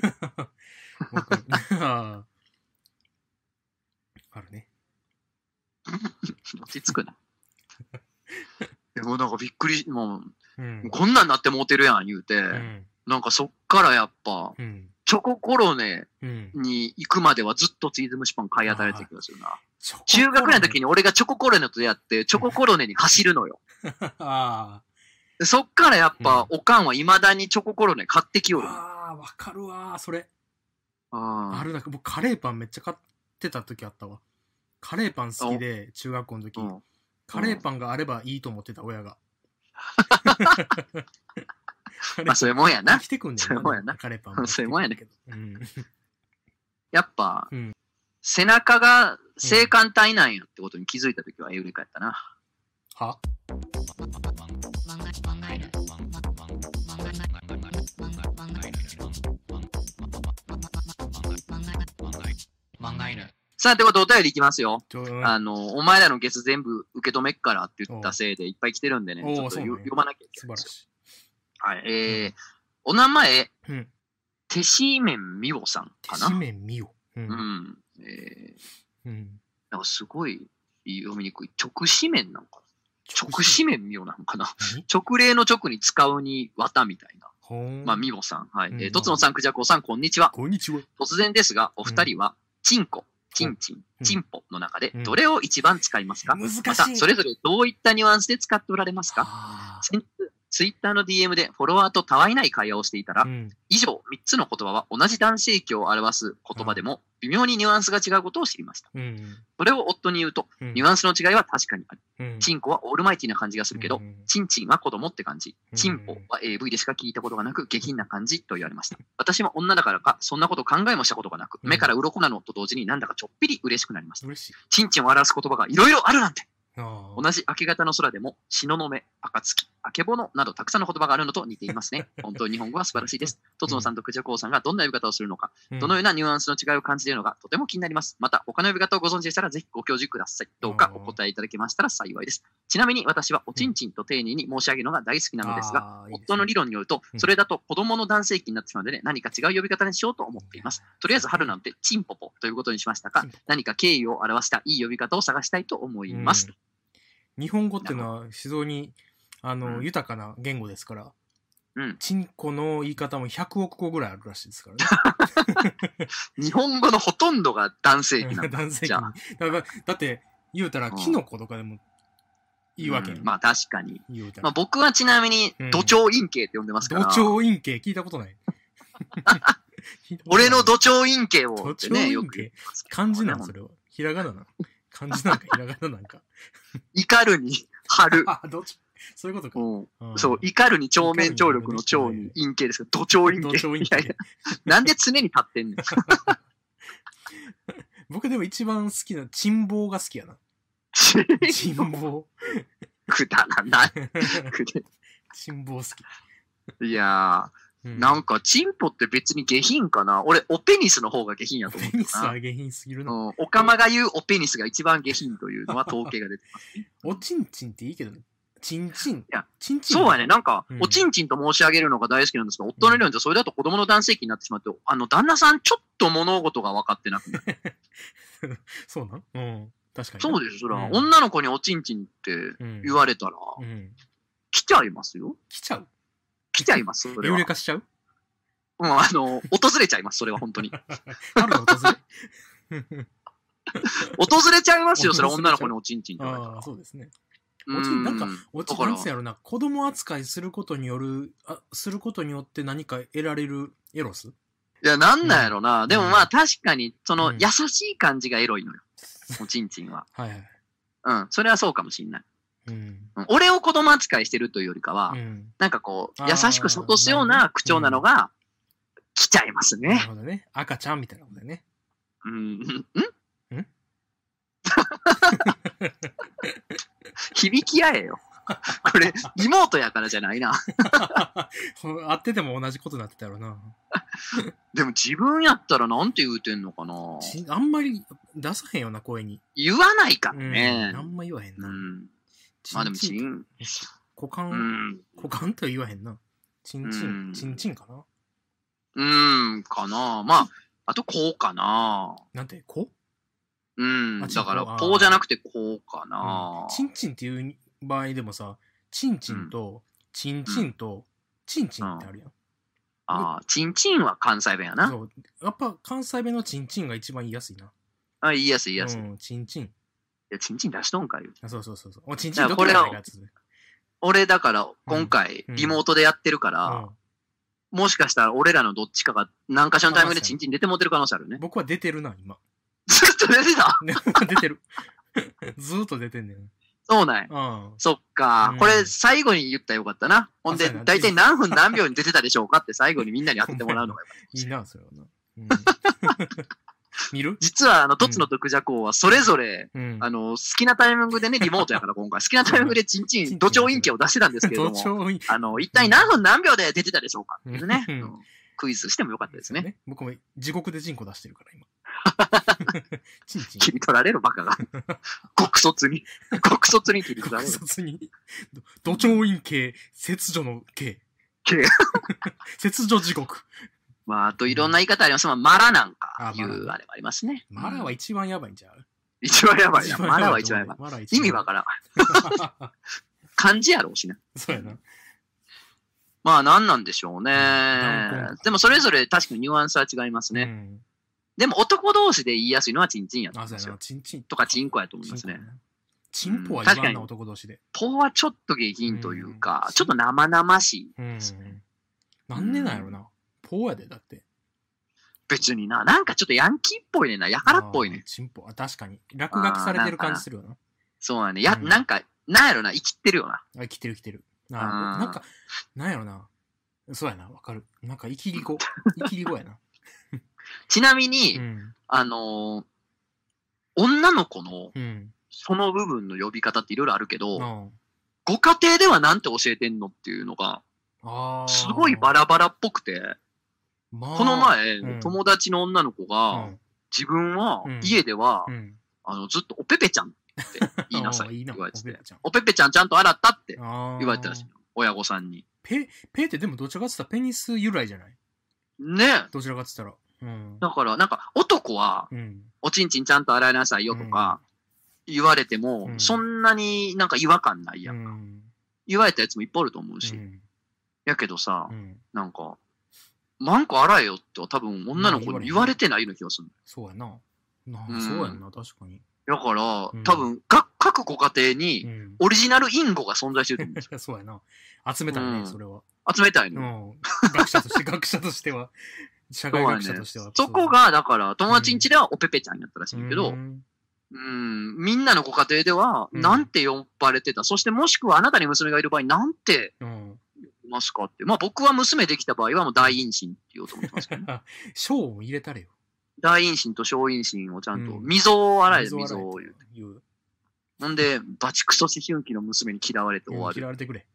あるね。 落ち着くな。でもなんかびっくり、もう、うん、こんなんなってモテるやん言うて、うん、なんかそっからやっぱ、うん、チョココロネに行くまではずっとチーズ蒸しパン買い与えてる気がするな。中学の時に俺がチョココロネと出会って、チョココロネに走るのよ。 あでそっからやっぱ、うん、おかんは未だにチョココロネ買ってきよる。 ああ、わかるわそれ。 ああるだけ、僕カレーパンめっちゃ買ってた時あったわ。カレーパン好きで、中学校の時、うん。カレーパンがあればいいと思ってた、親が。 まあ、そういうもんやな。 来てくんねんな。 そういうもんやな。 カレーパンも。 そういうもんやね。 うん、 やっぱ、 うん、 背中が性感帯なんやってことに気づいたときはエウレカやったな。 はさあ、ってことお便りいきますよ。あの、お前らのゲス全部受け止めっからって言ったせいでいっぱい来てるんでね、ちょっと読まなきゃいけない。素晴らしい。はい、えー、うん、お名前、うん、てしめんみおさんかな。 てしめんみお。 うん。うん、えー、うん。なんかすごい読みにくい。直紙面なのかな。直紙面みおなのかな。直例の直に使うに綿みたいな。まあ、みおさん。はい。うん、えー、とつのさん、くじゃこうさん、こんにちは。 こんにちは。 突然ですが、お二人は、ちんこ、ちんちん、ちんぽの中で、どれを一番使いますか？ 難しい。 また、それぞれどういったニュアンスで使っておられますか？先日、ツイッターの ディーエム でフォロワーとたわいない会話をしていたら、うん、以上みっつの言葉は同じ男性器を表す言葉でも微妙にニュアンスが違うことを知りました。うん、それを夫に言うと、うん、ニュアンスの違いは確かにある。うん、チンコはオールマイティな感じがするけど、うん、チンチンは子供って感じ。チンポは エーブイ でしか聞いたことがなく下品な感じと言われました。私も女だからか、そんなこと考えもしたことがなく、目から鱗なのと同時になんだかちょっぴり嬉しくなりました。嬉しい。チンチンを表す言葉がいろいろあるなんて。同じ明け方の空でも、東雲、暁、あけぼのなどたくさんの言葉があるのと似ていますね。本当に日本語は素晴らしいです。とつのさんとくじゃこうさんがどんな呼び方をするのか、うん、どのようなニュアンスの違いを感じているのか、とても気になります。また、他の呼び方をご存知でしたら、ぜひご教授ください。どうかお答えいただけましたら幸いです。ちなみに私はおちんちんと丁寧に申し上げるのが大好きなのですが、うん、夫の理論によると、それだと子供の男性器になってしまうので、ね、何か違う呼び方にしようと思っています。とりあえず春なんてチンポポということにしましたが、何か敬意を表したいい呼び方を探したいと思います。うん、 日本語っていうのは非常にあの、うん、豊かな言語ですから、うん、チンコの言い方もひゃくおくこぐらいあるらしいですからね。 日本語のほとんどが男性器なんだ。 男性器。だ, だって言うたらキノコとかでもいいわけ、 うん、まあ確かに。まあ、僕はちなみに土壌陰茎って呼んでますから。 土壌陰茎聞いたことない。 俺の土壌陰茎を、ね。 土壌陰茎漢字なんそれは。ひらがななの。漢字なんかひらがななんか。 怒るに春。 どっちそういうことか。 うん、そう、怒るに長面長力の長に陰茎ですけど、土壌陰茎。いやいやなんで常に立ってんねん。 僕でも一番好きな、珍望が好きやな。珍望。 くだらない。 珍望好き。 いやー、うん、なんか、チンポって別に下品かな。俺、オペニスの方が下品やと思う。オペニスは下品すぎるな。 うん。オカマが言うオペニスが一番下品というのは統計が出てます、ね。 おちんちんっていいけどね。ちんちん。いや、 ちんちん。 そうやね。なんか、うん、おちんちんと申し上げるのが大好きなんですが、夫の理論でそれだと子供の男性器になってしまって、あの、旦那さんちょっと物事が分かってなくなる。 そうなんうん。確かに。 そうです。そら、うん、女の子におちんちんって言われたら、うんうん、来ちゃいますよ。 来ちゃう来ちゃいます、それは。 幽霊化しちゃううん、あの、訪れちゃいます、それは本当に。 春の訪れ訪れちゃいますよ、それは女の子におちんちんって言われたら。 ああ、そうですね。おちん、なんか、おちん、なんつやろな、子供扱いすることによる、あ、することによって何か得られるエロス？ いや、なんなんやろな。うん、でもまあ確かに、その、うん、優しい感じがエロいのよ。おちんちんは。はいはい。うん、それはそうかもしんない。うん、俺を子供扱いしてるというよりかは、うん、なんかこう、優しく諭すような口調なのが、来ちゃいますね。 なるほどね。赤ちゃんみたいなことだよね。 うん、んん響き合えよ。これ、リモートやからじゃないな。 会ってても同じことになってたやろな。 でも自分やったらなんて言うてんのかな。 あんまり出さへんよな、声に。 言わないからね。 うん、あんま言わへんな。うん、 まあでもチン。 股間、うん、股間とは言わへんな。チンチン、うん、チンチンかな。 うーん、かな。まあ、あとこうかな。 なんて、こううん。だから、こうじゃなくてこうかな。 うん、チンチンっていう場合でもさ、チンチンと、チンチンと、チンチンってあるやん。うん、 ああ、チンチンは関西弁やな。 そう。やっぱ関西弁のチンチンが一番言いやすいな。 あ、言いやすい言いやすい。 うん、チンチン。いや、チンチン出しとんかよ。 あ、そうそうそうそう。お、チンチンどこでやつ俺だから、今回、リモートでやってるから、うんうんもしかしたら俺らのどっちかが何かしらのタイミングでチンチン出てもてる可能性あるね。 僕は出てるな、今。 ずっと出てた出てる。ずーっと出てんねん。 そうなんや。うん。そっか、うん。これ最後に言ったらよかったな。ほんで、だいたい何分何秒に出てたでしょうかって最後にみんなに当ててもらうのがよかった。 いいな、それはな。うん、見る実は、あの、トツの特ジャコはそれぞれ、うん、あの、好きなタイミングでね、リモートやから今回、好きなタイミングでチンチン、土壌陰茎を出してたんですけれども、あの、一体何分何秒で出てたでしょうかっていうね、うん、クイズしてもよかったですね。 僕も地獄でチンコ出してるから、今。 チンチン。切り取られるバカが。極卒に。極卒に切り取られる。 極卒に。土壌陰茎、切除の茎。 茎。 切除地獄。 まあ、あといろんな言い方あります。まあ、マラなんかいうあれもありますね。 マラは一番やばいんちゃう？ 一番やばいな。マラは一番やばい。意味わからん。漢字やろうしね。 そうやな。 まあ、何なんでしょうね。でも、それぞれ確かにニュアンスは違いますね。でも、男同士で言いやすいのはチンチンやと思うんですよ。 チンチンとかチンコやと思いますね。 チンポは言わんな、男同士で。 ポはちょっと下品というか、ちょっと生々しいですね。 なんでなんやろな。ポーやで、だって。 別にな、なんかちょっとヤンキーっぽいねんな、やからっぽいね。 チンポ、あ、確かに。落書きされてる感じするよな。 そうやね。や、なんか、なんやろな、生きてるよな。 あ、生きてる生きてる。あ、なんか、なんやろな。そうやな、わかる。なんか、生きり語。生きり語やな。 ちなみに、あの、女の子の、その部分の呼び方っていろいろあるけど、ご家庭ではなんて教えてんのっていうのが、すごいバラバラっぽくて、まあ、この前、うん、友達の女の子が、うん、自分は、家では、うん、あの、ずっとおぺぺちゃんって言いなさいって言われてて、おぺぺちゃんちゃんと洗ったって言われてたらしいの。親御さんに。 ペ、ペってでもどちらかって言ったらペニス由来じゃないねどちらかって言ったら。うん、 だから、なんか、男は、うん、おちんちんちゃんと洗いなさいよとか、言われても、うん、そんなになんか違和感ないやんか。うん、言われたやつもいっぱいあると思うし。うん、やけどさ、うん、なんか、マンコ洗えよって多分女の子に言われてないような気がする。 そうやな。なあ、うん、そうやんな、確かに。 だから、うん、多分、各ご家庭に、オリジナルインゴが存在してると思うんですよ。 そうやな。集めたいね、うん、それは。 集めたいの。 うん、学者として、学者としては。社会学者としては。 そこが、だから、友達ん家ではおぺぺちゃんやったらしいんだけど、うん、うん、みんなのご家庭では、なんて呼ばれてた。そしてもしくはあなたに娘がいる場合、なんて、うんますかって。まあ僕は娘できた場合はもう大陰唇って言おうと思ってますけど、ね。 小を入れたれよ。 大陰唇と小陰唇をちゃんと、うん、溝を洗える溝を言う。言うなんで、バチクソ思春期の娘に嫌われて終わる。 うん、嫌われてくれ。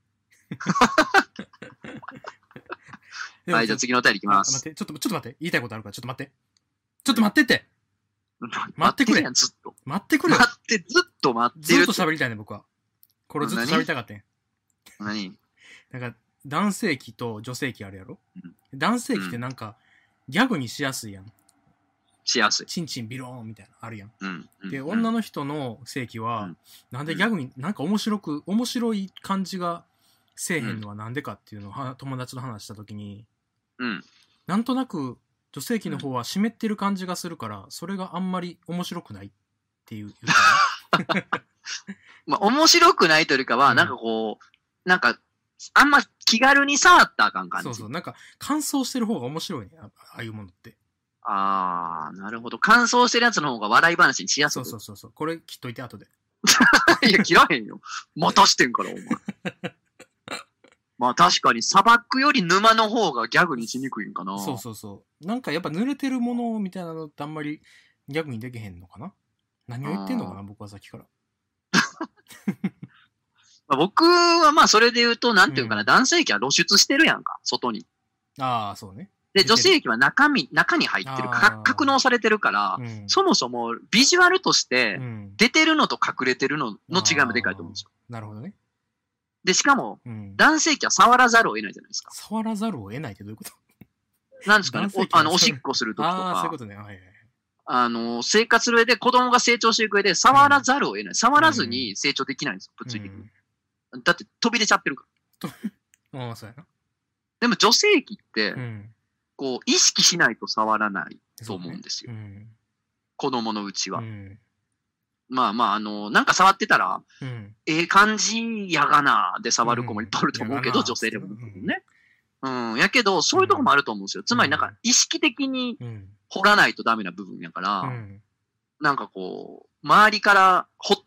はい、じゃあ次のお便りいきます。 待って、ちょっと、ちょっと待って。言いたいことあるから、ちょっと待って。ちょっと待ってって。待ってくれ。 ずっと。 待ってくれ。 待って、ずっと待ってる。 ずっと喋りたいね、僕は。これずっと喋りたかったん。 何なんか、男性器と女性器あるやろ、うん、男性器ってなんか、ギャグにしやすいやん。 しやすい。 チンチンビローンみたいなあるやん。 うんうん、 で、女の人の性器は、うん、なんでギャグに、なんか面白く、面白い感じがせえへんのはなんでかっていうのを、うん、友達と話したときに、 うん、 なんとなく女性器の方は湿ってる感じがするから、それがあんまり面白くないっていう。 まあ、面白くないというよりかは、なんかこう、なんか、あんま気軽に触ったらあかん感じ。 そうそう。なんか、乾燥してる方が面白いね。ああいうものって。 あー、なるほど。乾燥してるやつの方が笑い話にしやすい。 そうそうそうそう。これ切っといて、後で。 いや、切らへんよ。またしてんから、お前。まあ確かに砂漠より沼の方がギャグにしにくいんかな。 そうそうそう。なんかやっぱ濡れてるものみたいなのってあんまりギャグにできへんのかな。何を言ってんのかな、僕はさっきから。 僕はまあそれで言うと、なんていうかな、うん、男性器は露出してるやんか、外に。 ああ、そうね。 で、女性器は中身、中に入ってる、格納されてるから、うん、そもそもビジュアルとして、出てるのと隠れてるのの違いもでかいと思うんですよ。 なるほどね。 で、しかも、うん、男性器は触らざるを得ないじゃないですか。 触らざるを得ないってどういうことなんですかね、おあの、おしっこするときとか。 ああ、そういうことね。はいはい。 あの、生活する上で、子供が成長していく上で、触らざるを得ない。うん、触らずに成長できないんですよ、物理的に。うん、だって飛び出ちゃってるから。 ああ、そうやな。 でも女性器って、うん、こう、意識しないと触らないと思うんですよ。ねうん、子供のうちは。うん、まあまあ、あの、なんか触ってたら、うん、ええ感じやがなで触る子もいっぱいあると思うけど、うん、女性でもね。うん、やけど、そういうとこもあると思うんですよ。つまりなんか、意識的に掘らないとダメな部分やから、うん、なんかこう、周りから掘っ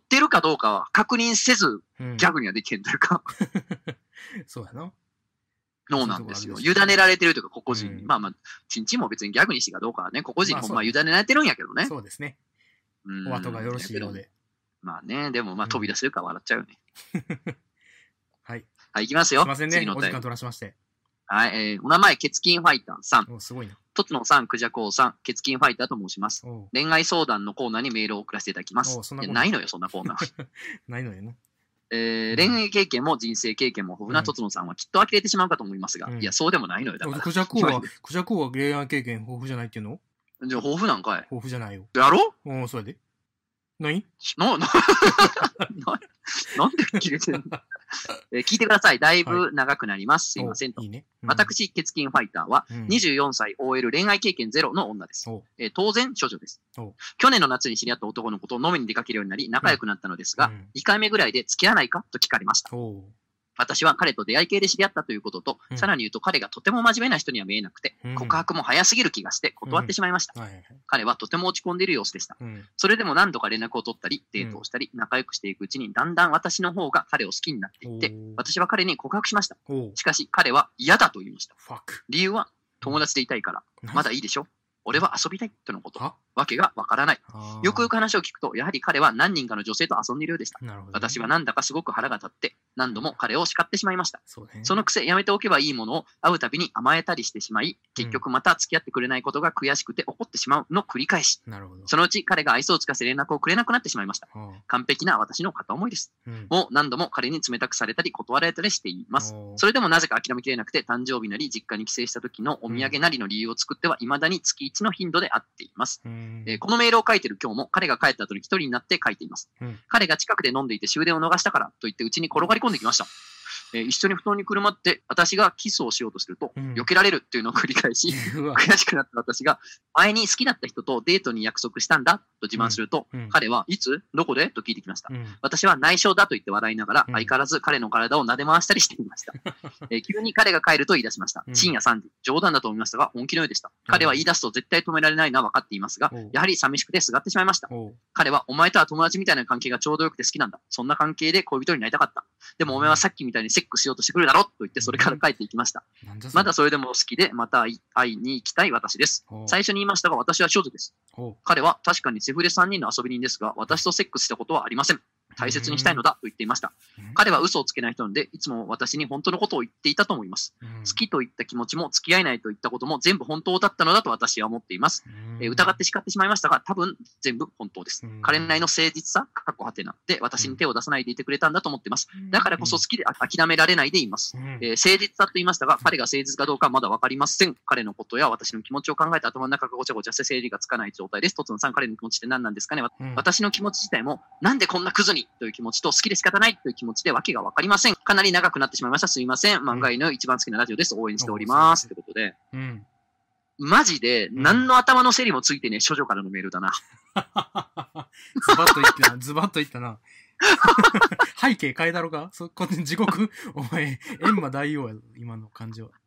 ってるかどうかは確認せず、ギャグにはできへんというか。 そうやな。 そうなんですよ。委ねられてるというか、個々人に。まあまあ、ちんちんも別にギャグにしてかどうかはね、個々人ほんま委ねられてるんやけどね。 そうですね。お後がよろしいようで。 まあね、でもまあ飛び出せるか笑っちゃうよね。 はい。 はい、いきますよ。 すいませんね、お時間取らしまして。 はい、えー、お名前、ケツキンファイターさん。 お、すごいな。 とつのさん、クジャコウさん、ケツキンファイターと申します。恋愛相談のコーナーにメールを送らせていただきます。いやないのよ、そんなコーナー。 ないのよな。 えー、恋愛経験も人生経験も豊富なとつのさんはきっと呆れてしまうかと思いますが、うん、いや、そうでもないのよ。だから。 クジャコウは、クジャコウは恋愛経験豊富じゃないっていうの？ じゃあ、豊富なんかい？ 豊富じゃないよ。 やろ？ うん、そうやで。何？ な、な、なんで切れてんの？えー、聞いてください。だいぶ長くなります。はい、すいませんと。いいね。うん、私、ケツキンファイターは、にじゅうよんさい オーエル 恋愛経験ゼロの女です。えー、当然、処女です。去年の夏に知り合った男の子と飲みに出かけるようになり、仲良くなったのですが、うん、にかいめぐらいで付き合わないかと聞かれました。私は彼と出会い系で知り合ったということと、うん、さらに言うと彼がとても真面目な人には見えなくて、うん、告白も早すぎる気がして断ってしまいました。うんはいはい、彼はとても落ち込んでいる様子でした。うん、それでも何度か連絡を取ったり、デートをしたり、仲良くしていくうちに、だんだん私の方が彼を好きになっていって、私は彼に告白しました。しかし彼は嫌だと言いました。理由は友達でいたいから、まだいいでしょ？俺は遊びたいとのこと。わけがわからない。よくよく話を聞くと、やはり彼は何人かの女性と遊んでいるようでした。ね、私はなんだかすごく腹が立って、何度も彼を叱ってしまいました。そ, ね、そのくせ、やめておけばいいものを会うたびに甘えたりしてしまい、結局また付き合ってくれないことが悔しくて怒ってしまうの繰り返し。なるほど。そのうち彼が愛想をつかせ連絡をくれなくなってしまいました。完璧な私の片思いです。うん、もう何度も彼に冷たくされたり断られたりしています。それでもなぜか諦めきれなくて、誕生日なり実家に帰省した時のお土産なりの理由を作っては、未だに月いちの頻度で会っています。えー、このメールを書いている今日も彼が帰った後に一人になって書いています。うん、彼が近くで飲んでいて終電を逃したからと言ってうちに転がり込んできました。えー、一緒に布団にくるまって私がキスをしようとすると、うん、避けられるっていうのを繰り返し、悔しくなった私が前に好きだった人とデートに約束したんだと自慢すると、うん、彼はいつどこでと聞いてきました。うん、私は内緒だと言って笑いながら、相変わらず彼の体を撫で回したりしていました。えー、急に彼が帰ると言い出しました。深夜さんじ、冗談だと思いましたが本気のようでした。彼は言い出すと絶対止められないのは分かっていますが、やはり寂しくてすがってしまいました。彼はお前とは友達みたいな関係がちょうどよくて好きなんだ。そんな関係で恋人になりたかった。でもお前はさっきみたいにセックスしようとしてくるだろと言ってそれから帰っていきました。まだそれでも好きでまた会いに行きたい私です。最初に言いましたが私は少女です。彼は確かにセフレさんにんの遊び人ですが、私とセックスしたことはありません。大切にしたいのだと言っていました。彼は嘘をつけない人なので、いつも私に本当のことを言っていたと思います。好きといった気持ちも付き合えないといったことも全部本当だったのだと私は思っています。えー、疑って叱ってしまいましたが、多分全部本当です。彼なりの誠実さ、かっこはてなで私に手を出さないでいてくれたんだと思っています。だからこそ好きで諦められないでいます。えー、誠実さと言いましたが、彼が誠実かどうかはまだわかりません。彼のことや私の気持ちを考えて頭の中がごちゃごちゃして整理がつかない状態です。とつのさん、彼の気持ちって何なんですかね。私の気持ち自体も、なんでこんなクズにという気持ちと好きで仕方ないという気持ちでわけがわかりません。かなり長くなってしまいました。すいません。漫画の一番好きなラジオです。応援しております。ということで。うん。マジで、何の頭の整理もついてね、処女からのメールだな。 ズバッと言ったな。ズバッと言ったな。背景変えだろかそこで地獄お前、閻魔大王や、今の感じは。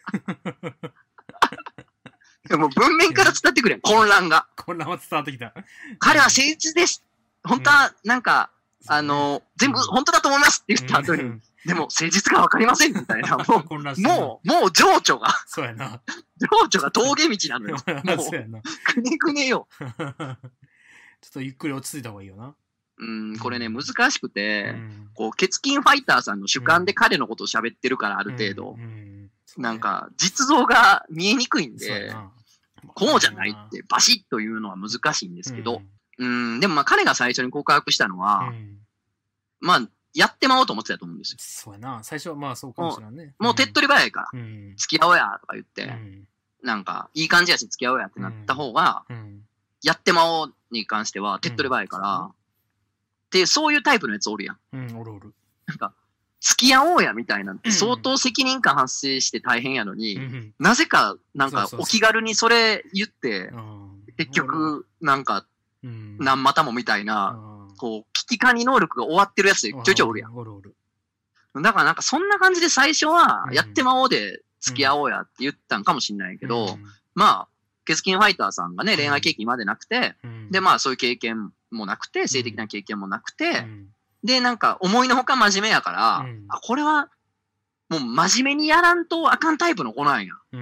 でも文面から伝ってくれん。混乱が。 混乱は伝わってきた。 彼は誠実です。本当は、なんか、うん、あの、全部本当だと思いますって言った後に、うん、でも誠実がわかりませんみたいな。もう、もう、もう情緒が。 そうやな。 情緒が峠道なのよ。もう、そうやな。くねくねよ。 ちょっとゆっくり落ち着いた方がいいよな。 うん、これね、難しくて、うん、こう、ケツキンファイターさんの主観で彼のことを喋ってるから、ある程度、うんうんうん、なんか、実像が見えにくいんで、こうじゃないってバシッというのは難しいんですけど、うん、うんでもまあ彼が最初に告白したのは、うん、まあ、やってまおうと思ってたと思うんですよ。 そうやな。最初はまあそうかもしれないね。 もう、もう手っ取り早いから、うん、付き合おうやとか言って、うん、なんか、いい感じやし付き合おうやってなった方が、うん、やってまおうに関しては手っ取り早いから、うん、で、そういうタイプのやつおるやん。 うん、おるおる。 なんか、付き合おうやみたいなんて相当責任感発生して大変やのに、うん、なぜか、なんか、お気軽にそれ言って、結局、なんか、何股もみたいな、こう、危機管理能力が終わってるやつでちょいちょいおるやん。おるおる。だからなんかそんな感じで最初は、やってまおうで付き合おうやって言ったんかもしんないけど、うん、まあ、 ケツキンファイターさんがね、恋愛経験までなくて、 うん、 で、まあそういう経験もなくて、性的な経験もなくて、 うん、 で、なんか思いのほか真面目やから、うん、あ、これは、もう真面目にやらんとあかんタイプの子なんや。うん、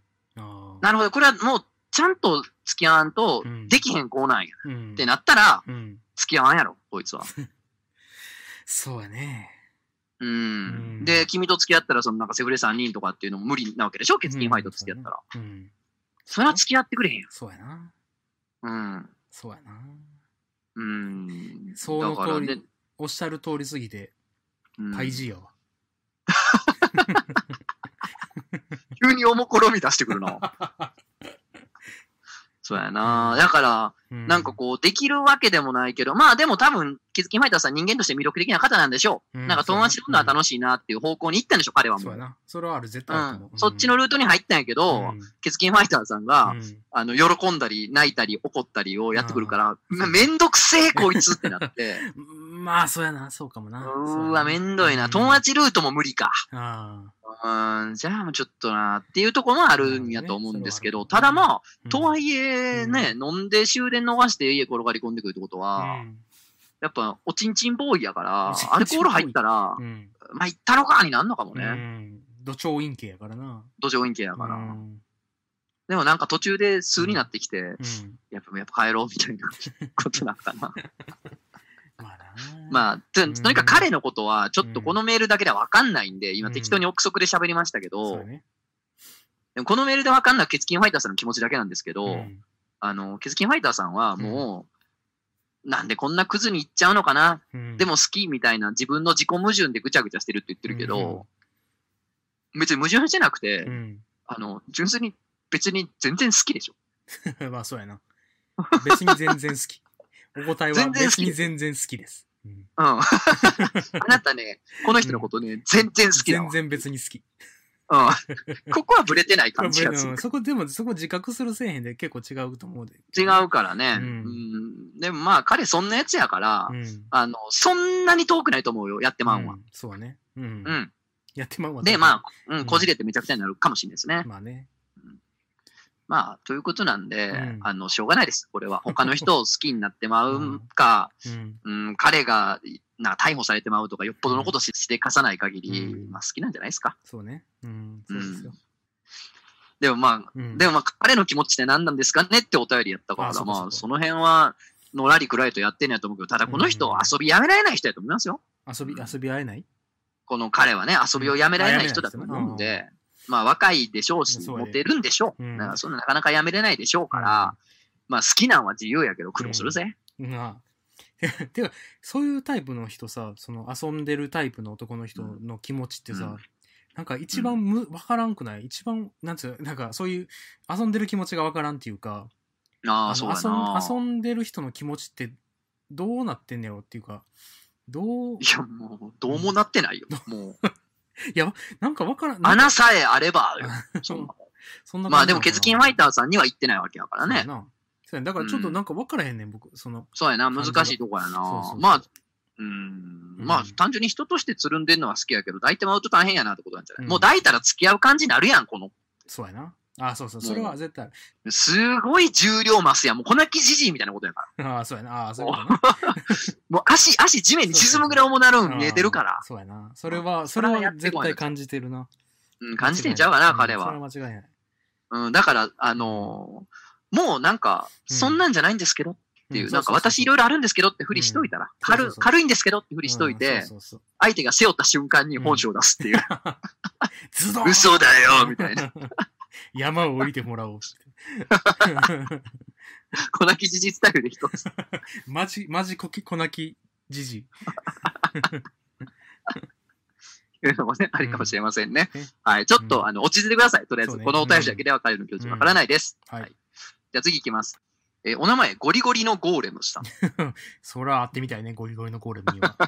あなるほど、これはもうちゃんと付き合わんとできへん子なんや。うん、ってなったら、うん、付き合わんやろ、こいつは。 そうやね。 うん。うん、で、君と付き合ったら、そのなんかセフレさんにんとかっていうのも無理なわけでしょ、ケツキンファイトと付き合ったら。うん。うん、それは付き合ってくれへんよ。 そうやな。 うん。 そうやな。 うん。 その通り、ね、おっしゃる通りすぎて、退治やわ。 急におもころみ出してくるな。そうやな。だから、うん、なんかこう、できるわけでもないけど、まあでも多分、ケツキンファイターさん人間として魅力的な方なんでしょう。うん、なんか友達とるのは楽しいなっていう方向に行ったんでしょ、彼はもう。 そうやな。それはある、絶対あると思う。 うん。そっちのルートに入ったんやけど、うん、ケツキンファイターさんが、うん、あの、喜んだり、泣いたり、怒ったりをやってくるから、めんどくせえ、こいつってなって。 まあ、そうやな、そうかもな。 うーわ、めんどいな。友達ルートも無理か。あうん、じゃあもうちょっとなっていうところもあるんやと思うんですけど、ただまあ、とはいえね、飲んで終電逃して家転がり込んでくるってことは、やっぱおちんちんボーイやから、アルコール入ったら、まあ行ったのかになんのかもね。 土壌陰形やからな。 土壌陰形やから。でもなんか途中で数になってきて、やっぱやっぱ帰ろうみたいなことなんかな。まあ、とにかく彼のことは、ちょっとこのメールだけでは分かんないんで、今適当に憶測で喋りましたけど、でもこのメールで分かんないケツキンファイターさんの気持ちだけなんですけど、あの、ケツキンファイターさんはもう、なんでこんなクズに行っちゃうのかな、でも好きみたいな自分の自己矛盾でぐちゃぐちゃしてるって言ってるけど、別に矛盾してなくて、あの、純粋に別に全然好きでしょ。 まあそうやな。別に全然好き。お答えは別に全然好きです。うん。うん、 あなたね、この人のことね、うん、全然好きだわ。 全然別に好き。 うん。ここはブレてない感じがする。 そこ、でも、そこ自覚するせえへんで結構違うと思うで。 違うからね。うん。うん、でもまあ、彼そんなやつやから、うん、あの、そんなに遠くないと思うよ、やってまんわ。うん、 そうね。うん。 うん。 やってまんわ。 で、まあ、うん、こじれてめちゃくちゃになるかもしれないですね。 まあね。 まあ、ということなんで、うん、あの、しょうがないです。これは。他の人を好きになってまうか、うんうん、彼がな逮捕されてまうとか、よっぽどのことししてかさない限り、うん、まあ好きなんじゃないですか。 そうね。うん、そうですよ。 でもまあ、でもまあ、彼の気持ちって何なんですかねってお便りやったから、あまあ、その辺は、のらりくらいとやってんやと思うけど、ただこの人、遊びやめられない人やと思いますよ。 遊び、遊び合えないこの彼はね、遊びをやめられない人だと思うんで、まあ若いでしょうし、モテるんでしょう。うん、だからそんななかなかやめれないでしょうから、うん、まあ好きなんは自由やけど苦労するぜ。 うん、まあ。てか、そういうタイプの人さ、その遊んでるタイプの男の人の気持ちってさ、うん、なんか一番む、わからんくない一番、なんつう、なんかそういう遊んでる気持ちがわからんっていうか、 ああ、そうだな。 遊んでる人の気持ちってどうなってんねやろっていうか、どう。 いや、もう、どうもなってないよ。もう。 いや、なんかわからん。 穴さえあればよ。そんなそんなまあでも、ケツキンファイターさんには言ってないわけやからね。 そうやな。だからちょっとなんかわからへんねん、僕。その。 そうやな、難しいとこやな。そうそうそうまあ、うん、まあ単純に人としてつるんでんのは好きやけど、抱いてまうと大変やなってことなんじゃない、うん、もう抱いたら付き合う感じになるやん、この。 そうやな。ああ、そうそう、それは絶対ある。すごい重量マスや。もう粉木じじいみたいなことやから。ああ、そうやな。ああ、そういうことね。 もう足、足地面に沈むぐらい重なるん見えてるから。 そうやな。それは、それは絶対感じてるな。 うん、感じてんちゃうかな、彼は。 それは間違いない。 うん、だから、あのー、もうなんか、そんなんじゃないんですけどっていう、なんか私いろいろあるんですけどってふりしといたら、軽、軽いんですけどってふりしといて、相手が背負った瞬間に本性を出すっていう。 ズドン嘘だよみたいな。 山を降りてもらおう。 粉木じじスタイルで一つ。 マジ、マジこき粉木じじ。 いうのもね、ありかもしれませんね。うん、はい。ちょっと、うん、あの、落ち着いてください。とりあえず、ね、このお便りだけでは彼の気持ちわからないです。うん、はい。じゃあ次行きます。えー、お名前、ゴリゴリのゴーレムさん。 そら会ってみたいね、ゴリゴリのゴーレムには。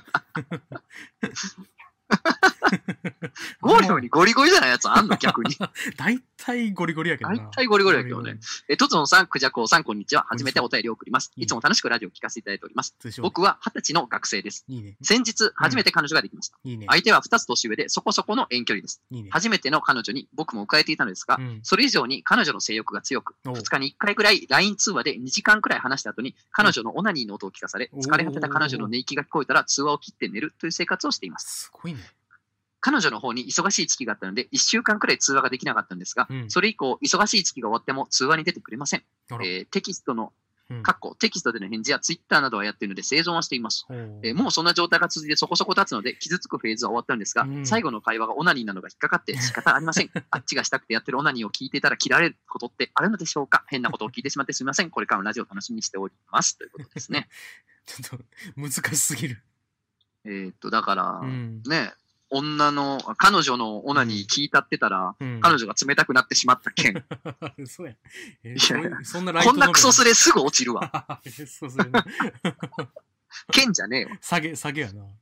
ゴーレムにゴリゴリじゃないやつあんの逆に。 大体ゴリゴリやけどな。 大体ゴリゴリやけどね。え、とつのさん、くじゃこうさん、こんにちは。初めてお便りを送ります。いつも楽しくラジオを聞かせていただいております。僕は二十歳の学生です。いいね、先日、初めて彼女ができました。いいね、相手は二つ年上で、そこそこの遠距離です。いいね、初めての彼女に僕も迎えていたのですが、うん、それ以上に彼女の性欲が強く、二日に一回くらい ライン 通話でにじかんくらい話した後に、彼女のオナニーの音を聞かされ、疲れ果てた彼女の寝息が聞こえたら通話を切って寝るという生活をしています。 すごいね。 彼女の方に忙しい月があったので、いっしゅうかんくらい通話ができなかったんですが、うん、それ以降、忙しい月が終わっても通話に出てくれません。えー、テキストの、かっこテキストでの返事やツイッターなどはやっているので生存はしています。えー、もうそんな状態が続いてそこそこ経つので、傷つくフェーズは終わったんですが、うん、最後の会話がオナニーなのが引っかかって仕方ありません。あっちがしたくてやってるオナニーを聞いていたら切られることってあるのでしょうか。変なことを聞いてしまってすみません。これからのラジオを楽しみにしております。ということですね。 ちょっと難しすぎる。 えっと、だから、うん、ね、女の、彼女のオナニー聞いたってたら、うん、彼女が冷たくなってしまった件。 そうや。 えー、いやそんなライトこんなクソスレすぐ落ちるわ。そうそれ、ね、剣じゃねえよ。 下げ、下げやな。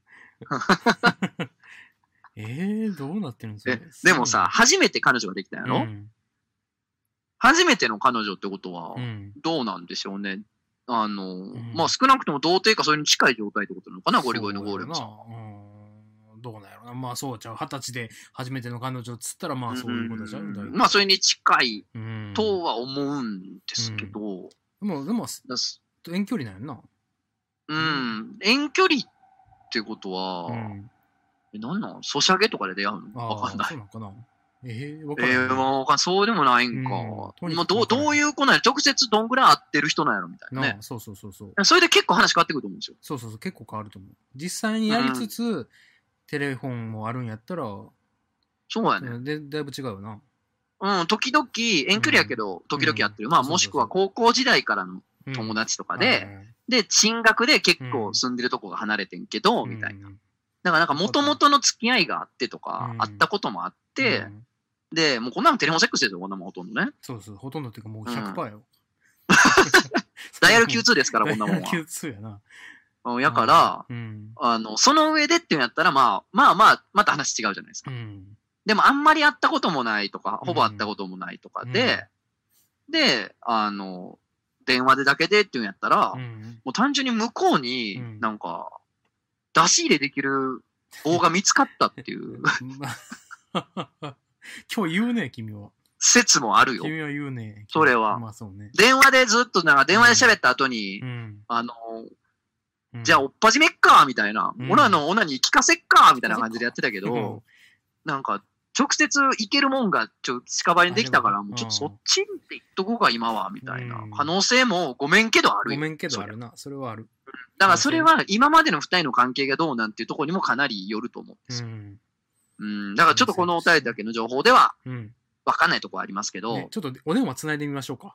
えー、どうなってるんですかね。 でもさ、初めて彼女ができたやろ、うん、初めての彼女ってことは、どうなんでしょうね。あの、うん、まあ少なくとも童貞かそれに近い状態ってことなのかな、ゴリゴリのゴーレムさん。 どうなんやろな。まあそうちゃう。二十歳で初めての彼女っつったらまあそういうことじゃん。 うん、まあそれに近いとは思うんですけど。うんうん、でも、でも、遠距離なんやな。 うん。遠距離ってことは、うん、え、なんなんソシャゲとかで出会うのわかんない。そうなのかな。えー、わかんない。えー、まあ、そうでもないんか。うん、まあ、どう、どういう子なんや、直接どんぐらい会ってる人なんやろみたいなね。 そうそうそうそう。 それで結構話変わってくると思うんですよ。 そうそうそう、結構変わると思う。実際にやりつつ、うん、テレフォンもあるんやったら、 そうやね。 で、だいぶ違うよな。 うん、時々、遠距離やけど、時々やってる。うん、まあ、もしくは高校時代からの友達とかで、うん、で、進学で結構住んでるとこが離れてんけど、うん、みたいな。だからなんか元々の付き合いがあってとか、あったこともあって、うん、で、もうこんなのテレフォンセックスですよ、こんなもんほとんどね。 そうそう、ほとんどっていうかもう ひゃくパーセント よ。 うん、ダイヤル キューツー ですから、こんなもんは。 ダイヤル キューツー やな。 やから、うん、あの、その上でっていうんやったら、まあ、まあまあ、また話違うじゃないですか。うん、でも、あんまり会ったこともないとか、ほぼ会ったこともないとかで、うん、で、あの、電話でだけでっていうんやったら、うん、もう単純に向こうになんか、出し入れできる棒が見つかったっていう。 今日言うね、君は。 説もあるよ。 君は言うね。 それは。 まあそうね。 電話でずっと、なんか電話で喋った後に、うん、あの、うん、じゃあ、おっぱじめっかみたいな。うん、オナのオナに聞かせっかみたいな感じでやってたけど、うん、なんか、直接行けるもんがちょ近場にできたから、もうちょっとそっちって言っとこうか、今は、みたいな。可能性もごめんけどあるよ。 ごめんけどあるな。それはある。 だからそれは今までの二人の関係がどうなんていうところにもかなりよると思うんですよ。うん。うん、だからちょっとこのお便りだけの情報では、わかんないところありますけど、ね。 ちょっとお電話つないでみましょうか。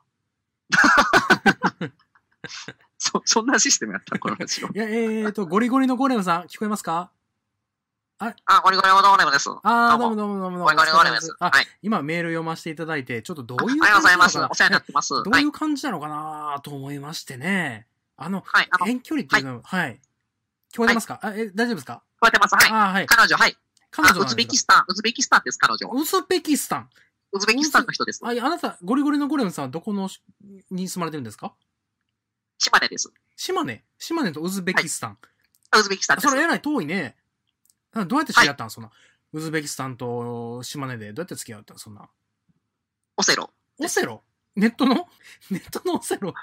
そ、そんなシステムやったこのラジオ。 いや、えーと、ゴリゴリのゴレムさん、聞こえますか？ あ、あ、ゴリゴリのゴレムです。 あー、どうもどうもどうもどうも。 ゴリゴリゴレムです。 はい。今メール読ませていただいて、ちょっとどういう感じなのかな。 おはようございます。お世話になってます。 どういう感じなのかなと思いましてね。あの、はい、あの遠距離っていうのは、はい。聞こえてますか？あ、え、大丈夫ですか？ 聞こえてます。はい。 あ、はい。 彼女、はい。彼女。ウズベキスタン、ウズベキスタンです、彼女。 ウズベキスタン。 ウズベキスタンの人です。 あ、あなた、ゴリゴリのゴレムさんはどこの、に住まれてるんですか？ 島根です。 島根島根とウズベキスタン。 はい、ウズベキスタンです。 それえらい遠いね。どうやって知り合ったん、はい、そんな。ウズベキスタンと島根でどうやって付き合ったんそんな。 オセロ。 オセロネットのネットのオセロ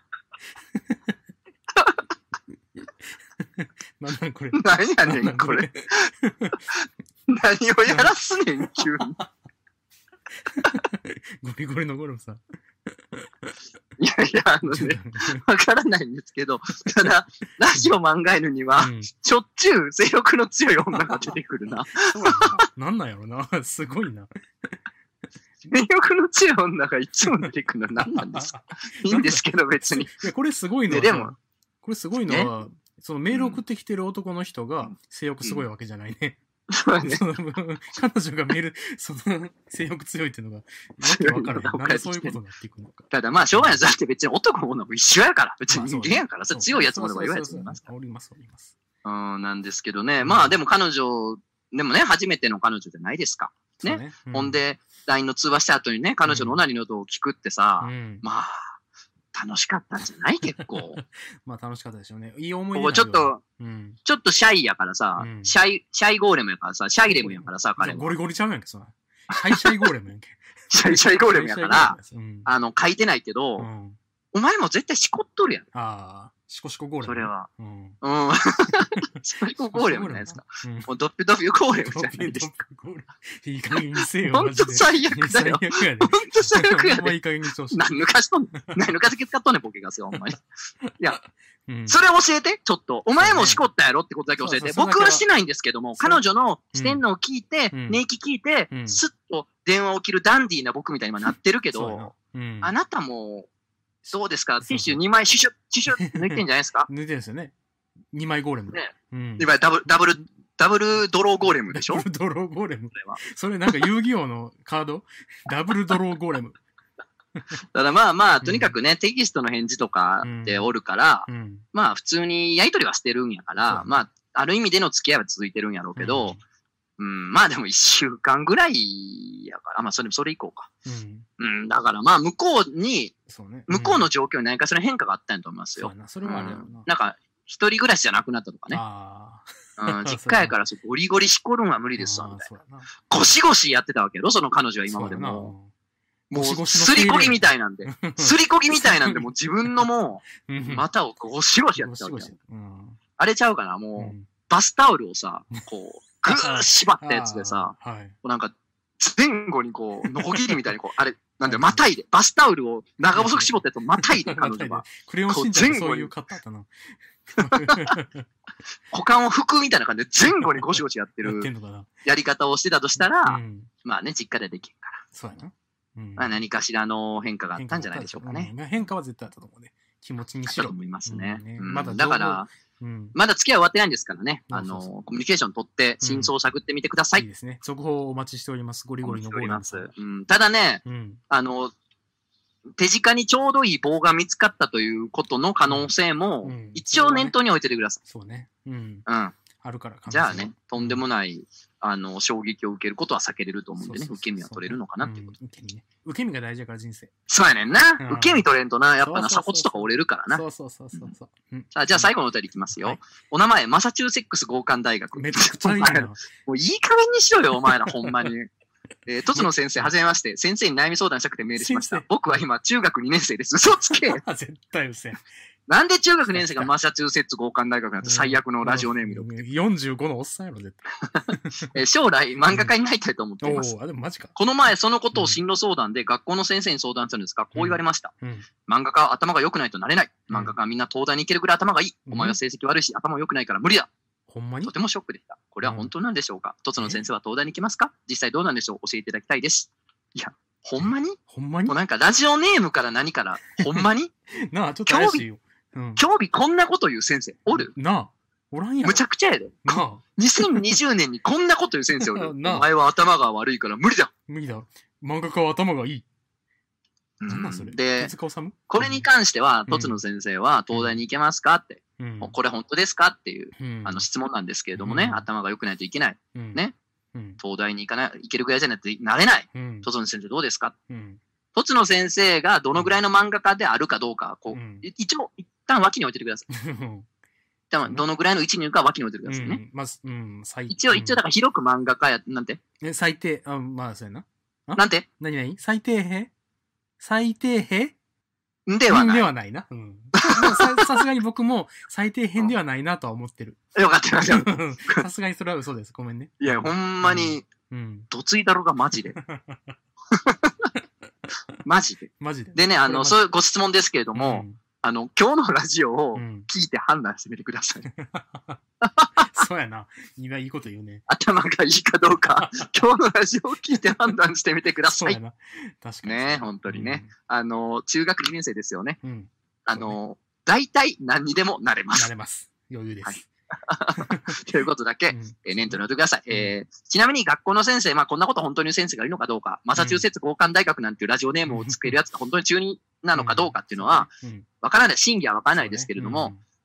なんなんこれ。 何やねん、これ。何をやらすねん、急に。 ゴリゴリのゴルフさん。 いやいや、あのね、わからないんですけど、ただ、ラジオ漫画犬には、うん、しょっちゅう性欲の強い女が出てくるな。 そうなんなんなんやろな。すごいな。 性欲の強い女がいつも出てくるのは何なんですか？いいんですけど、別に。いや、これすごいのは、でも、これすごいのは、そのメール送ってきてる男の人が性欲すごいわけじゃないね。 そうね。 その彼女がメール、その性欲強いっていうのが、わけわからない。なんでそういうことになっていくのか。 ただまあ、しょうがないです。だって別に男も女も一緒やから。別に人間やから。それ強いやつもでも弱いやつもいますから。 おります、おります。 うん、なんですけどね。まあでも彼女、でもね、初めての彼女じゃないですか。ね。ほんで、 ライン の通話した後にね、彼女のオナニーの音を聞くってさ、うん、まあ、楽しかったんじゃない結構。 まあ楽しかったでしょうね。いい思い出。 ここちょっと、うん、ちょっとシャイやからさ、うん、シャイ、シャイゴーレムやからさ、シャイレムやからさ、彼は。ゴリゴリちゃうやんけ、そら。シャイシャイゴーレムやんけ。 シャイシャイゴーレムやから、うん、あの、書いてないけど、うん、お前も絶対しこっとるやん。 ああ、シコシコゴーレム。 それは。うん。うん。シコシコゴーレムじゃないですか。うん、もうドッピドピゴーレムじゃないですか。 いい加減にせよ。 ほんと最悪だよ。 最悪やで。 ほんと最悪やで。 いい加減にしてほしい。 何抜かしとんねん。何抜かし使っとんねん、ボケがすよ、ほんまに。いや、うん、それ教えて、ちょっと。お前もしこったやろってことだけ教えて。そうそう僕はしてないんですけども、彼女のしてんのを聞いて、寝息聞いて、うん、スッと電話を切るダンディーな僕みたいに今なってるけど、うん、あなたも、どうですかティッシュにまいシュシュッ、シュシュッ抜いてんじゃないですか抜いてるんですよね。にまいゴーレム。 ね。うん、にまいダブル、ダブル、ダブルドローゴーレムでしょダブルドローゴーレム。それなんか遊戯王のカードダブルドローゴーレム。 ただまあまあ、とにかくね、うん、テキストの返事とかでおるから、うん、まあ普通にやりとりはしてるんやから、うん、まあ、ある意味での付き合いは続いてるんやろうけど、うん、うん、まあでも一週間ぐらいやから、まあそれ、それ以降か。うん。うん、だからまあ向こうに、そうね、向こうの状況に何かしら変化があったんやと思いますよ。 そうやな、それはあれやろな。 なんか、一人暮らしじゃなくなったとかね。あうん、実家やからゴリゴリしこるんは無理ですわ、みたいな。ゴシゴシやってたわけやろその彼女は今までも。もう、すりこぎみたいなんで。すりこぎみたいなんで、もう自分のもう、股をゴシゴシやってたわけや。あれちゃうかなもう、バスタオルをさ、こう、ぐー縛ったやつでさ、なんか、前後にこう、ノコギリみたいにこう、あれ、なんで、またいで、バスタオルを長細く絞ったやつをまたいで、彼女が。 クレヨンしんちゃんそういう方だったな。 股間を拭くみたいな感じで前後にゴシゴシやってるやり方をしてたとしたら、まあね、実家でできるから。 そうやな。 まあ何かしらの変化があったんじゃないでしょうかね。 変化は絶対あったと思うね。気持ちにしろ。 と思いますね。だから、まだ付き合い終わってないんですからね。あの、コミュニケーション取って、真相を探ってみてください。 いいですね。続報をお待ちしております。ゴリゴリのゴリゴリ。 ただね、あの、手近にちょうどいい棒が見つかったということの可能性も、一応念頭に置いててください。 そうね。うん。 うん。 あるから。 じゃあね、とんでもない、あの、衝撃を受けることは避けれると思うんでね、受け身は取れるのかなっていうこと。 受け身ね。受け身が大事だから人生。 そうやねんな。受け身取れんとな、やっぱな、鎖骨とか折れるからな。 そうそうそうそう。 さあ、じゃあ最後のお便りいきますよ。お名前、マサチューセックス合漢大学。 めちゃくちゃいいな。 もういい加減にしろよ、お前ら、ほんまに。えー、とつの先生、はじめまして。先生に悩み相談したくてメールしました。僕は今、中学にねん生です。嘘つけ絶対うせん。 なんで中学にねん生がマサチューセッツ合漢大学なんて最悪のラジオネームで送ってる。 よんじゅうごのおっさんやろ、絶対。えー、将来、漫画家になりたいと思っています。 うん、おあでもマジか。 この前、そのことを進路相談で学校の先生に相談したんですが、こう言われました。うんうん、漫画家は頭が良くないとなれない。漫画家はみんな東大に行けるぐらい頭がいい。うん、お前は成績悪いし、頭も良くないから無理だ。 ほんまにとてもショックでした。これは本当なんでしょうか、とつの先生は東大に行きますか実際どうなんでしょう教えていただきたいです。いや、ほんまにほんまにもうなんかラジオネームから何から、ほんまになあ、ちょっと怪しいよ。 うん、今日日こんなこと言う先生おるなあ、おらんやろ。 むちゃくちゃやで。なあ。にせんにじゅうねんにこんなこと言う先生おる。なあ。お前は頭が悪いから無理だ。 無理だ。漫画家は頭がいい。 なんなんそれで、これに関しては、とつの先生は東大に行けますかって。うん、これ本当ですかっていう、うん、あの質問なんですけれどもね、うん、頭が良くないといけない。うん、ね、うん。東大に行かない、行けるぐらいじゃないとなれない。とつの先生どうですかとつの先生がどのぐらいの漫画家であるかどうか、こう、一応、一旦脇に置いててください。どのぐらいの位置にいるか脇に置いててくださいね。うんまずうん、一応、一応、だから広く漫画家や、なんてえ、最低、あ、まあ、そうやな。なんて何々最低兵最低兵ではない。 ではないな。うん。さすがに僕も最低編ではないなとは思ってる。 よかったよかった。 さすがにそれは嘘です。ごめんね。 いや、ほんまに、うん。どついたろがマジで。マジで。 マジで。 でね、あの、そういうご質問ですけれども、うん、あの、今日のラジオを聞いて判断してみてください。うん、 そうやな。今いいこと言うね。 頭がいいかどうか、今日のラジオを聞いて判断してみてください。 そうやな。確かに。 ね、本当にね。うん、あの、中学にねん生ですよね。うん、あの、大体何にでもなれます。 なれます。余裕です。はいということだけ、うん、えー、念頭に置いてください。えー、ちなみに学校の先生、まあこんなこと本当に先生がいるのかどうか、マサチューセッツ合漢大学なんていうラジオネームをつけるやつが本当に中になのかどうかっていうのは、わからない、真偽はわからないですけれども、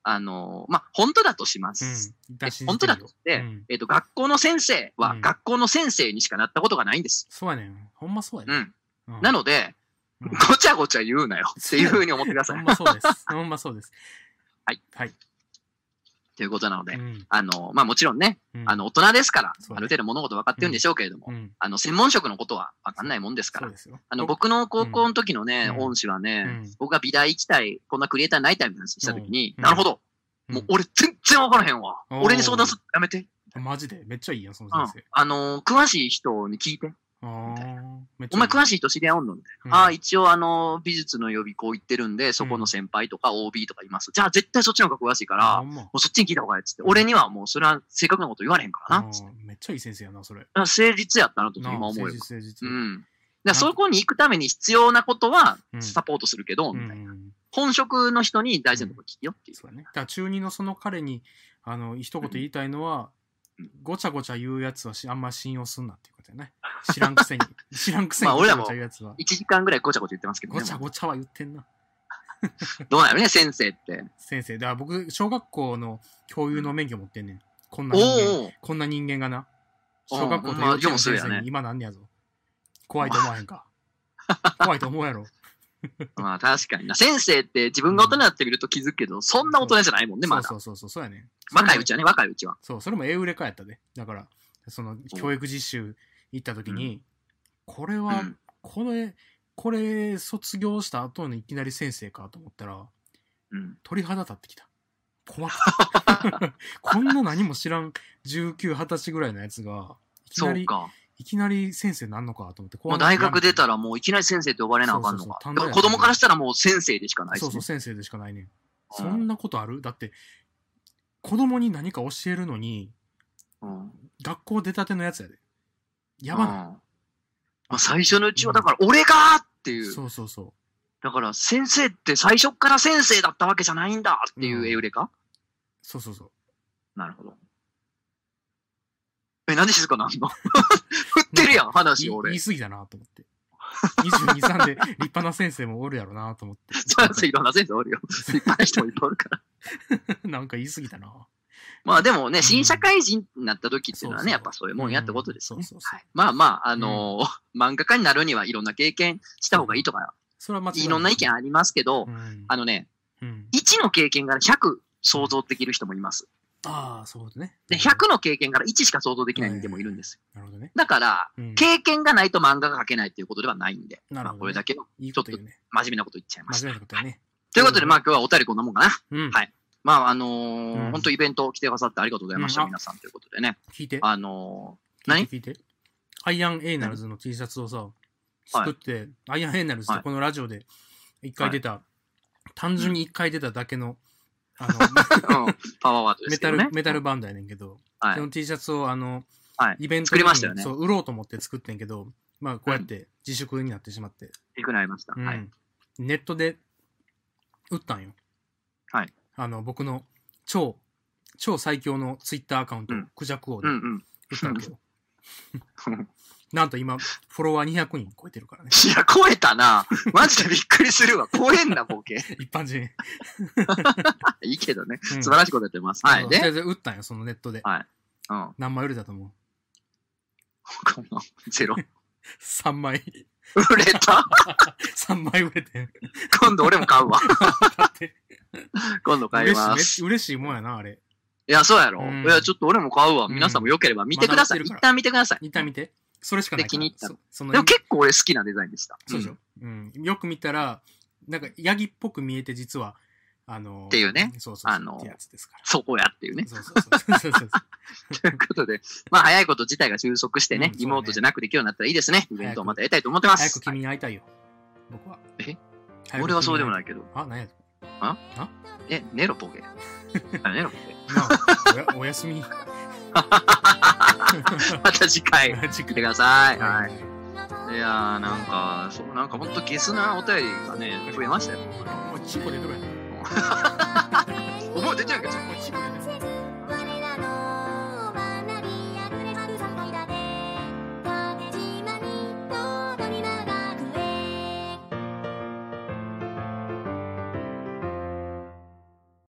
あのー、まあ、本当だとします。うん、本当だとして、うん、えっ、ー、と、学校の先生は、学校の先生にしかなったことがないんです。 そうやねん。ほんまそうやねん。 うん。うん、なので、うん、ごちゃごちゃ言うなよっていうふうに思ってください。 ほんまそうです。ほんまそうです。 はい。 はい。 ということなので、うん、あの、まあ、もちろんね、うん、あの、大人ですから、ね、ある程度物事分かってるんでしょうけれども、うん、あの、専門職のことは分かんないもんですから、あの、僕の高校の時のね、恩師はね、僕が美大行きたい、こんなクリエイターになりたいみたいな話した時に、なるほど、もう俺全然分からへんわ。俺に相談するやめて。 マジでめっちゃいいやん、その先生。 あの、詳しい人に聞いて。あお前詳しい人知り合うのみたいな。うん、ああ、一応あの、美術の予備校行ってるんで、そこの先輩とか オービー とかいます。うん、じゃあ絶対そっちの方が詳しいから、もうそっちに聞いた方がいいっつって。俺にはもうそれは正確なこと言われへんからな。 めっちゃいい先生やな、それ。 誠実やったなと今思うよ。 誠実、誠実。 うん。だそこに行くために必要なことはサポートするけど、うん、みたいな。本職の人に大事なとこ聞きよっていう。 そうだね。だから中二のその彼に、あの、一言言いたいのは、うん、ごちゃごちゃ言うやつはあんま信用すんなっていうことだよね。知らんくせに。知らんくせにごちゃごちゃ言うやつは。 いちじかんぐらいごちゃごちゃ言ってますけどね。ごちゃごちゃは言ってんな。 どうなるね、先生って。 先生。だから僕、小学校の教諭の免許持ってんねん。こんな人間。こんな人間がな。小学校と幼稚園の先生に今なんねやぞ。怖いと思わへんか。怖いと思うやろ。 まあ確かにな。先生って自分が大人になってみると気づくけど、そんな大人じゃないもんね、まだ。 そうそうそう、そうやね。 若いうちはね、若いうちは。 そう、それもエウレカやったで。だから、その、教育実習行った時に、これは、これ、これ、卒業した後にいきなり先生かと思ったら、鳥肌立ってきた。怖くて。こんな何も知らんじゅうきゅう、はたちぐらいのやつが、いきなり、いきなり先生なんのかと思って。 もう大学出たらもういきなり先生って呼ばれなあかんのか。子供からしたらもう先生でしかないし、ね。 そうそう、先生でしかないねん。そんなことある？だって、子供に何か教えるのに、うん、学校出たてのやつやで。やばない。うん、まあ、最初のうちはだから俺がっていう。 そうそうそう。 だから先生って最初から先生だったわけじゃないんだっていうエウレカ、うん、 そうそうそう。 なるほど。え、なんで静かなんの振ってるやん、話を俺。 言い過ぎだなと思って。にじゅうに、さんで立派な先生もおるやろなと思って。 そうそう、いろんな先生おるよ。立派な人もいっぱいおるから。 なんか言い過ぎだな。 まあでもね、新社会人になった時っていうのはね、やっぱそういうもんやってことですね。まあまあ、あのー、漫画家になるにはいろんな経験した方がいいとか、それは間違いない。いろんな意見ありますけど、あのね、いちの経験からひゃく想像できる人もいます。 ああ、そうですね。 で、ひゃくの経験からいちしか想像できない人間もいるんですよ。 なるほどね。 だから、うん、経験がないと漫画が描けないっていうことではないんで、なるほどね、まあ、これだけの、ちょっと真面目なこと言っちゃいました。真面目なことだね。はい、ということで、まあ今日はお便りこんなもんかな。うん、はい。まああのー、うん、本当イベント来てくださってありがとうございました、うん、皆さんということでね。 聞いて。 あのー、何聞いて聞いて。アイアンエイナルズの T シャツをさ、作って、はい、アイアンエイナルズってこのラジオで一回出た、はい、単純に一回出ただけの、あの、 パワーワードですよね。 メタル、メタルバンドやねんけど、はい、その T シャツをあの、 はい、 イベント作りましたよね。 そう、売ろうと思って作ってんけど、まあこうやって自粛になってしまって。 いくなりました。 うん、 はい。 ネットで売ったんよ。 はい。 あの、僕の超、超最強のツイッターアカウント、うん、クジャク王で売ったわけよ。なんと今、フォロワーにひゃくにん超えてるからね。 いや、超えたな。マジでびっくりするわ。超えんな、ボケ。 一般人。 いいけどね。素晴らしいことやってます。はい。 で、売ったんよ、そのネットで。 はい。うん。 何枚売れたと思う？ こんな、ゼロ。 さんまい。 売れた ? さん 枚売れてん。 今度俺も買うわ。今度買います。 嬉しいもんやな、あれ。 いや、そうやろ。いや、ちょっと俺も買うわ。皆さんも良ければ見てください。一旦見てください。 一旦見て。それしかないから。 気に入った。でも結構俺好きなデザインでした。 そうでしょ。うん。よく見たら、なんか、ヤギっぽく見えて実は、あのっていうね。 そうそう。あのそこやっていうね。 そうそうそう。 ということで、まあ早いこと自体が収束してね、リモートじゃなくできるようになったらいいですね。イベントをまたやりたいと思ってます。 早く君に会いたいよ。僕は。 え俺はそうでもないけど。 あ、何やああえ、ネロポケ。あ、ネロポケ。おやすみ。 また次回来てください。はい。いやーなんか、そうなんかほんとゲスなお便りがね、増えましたよ。 チンコ出とるやん。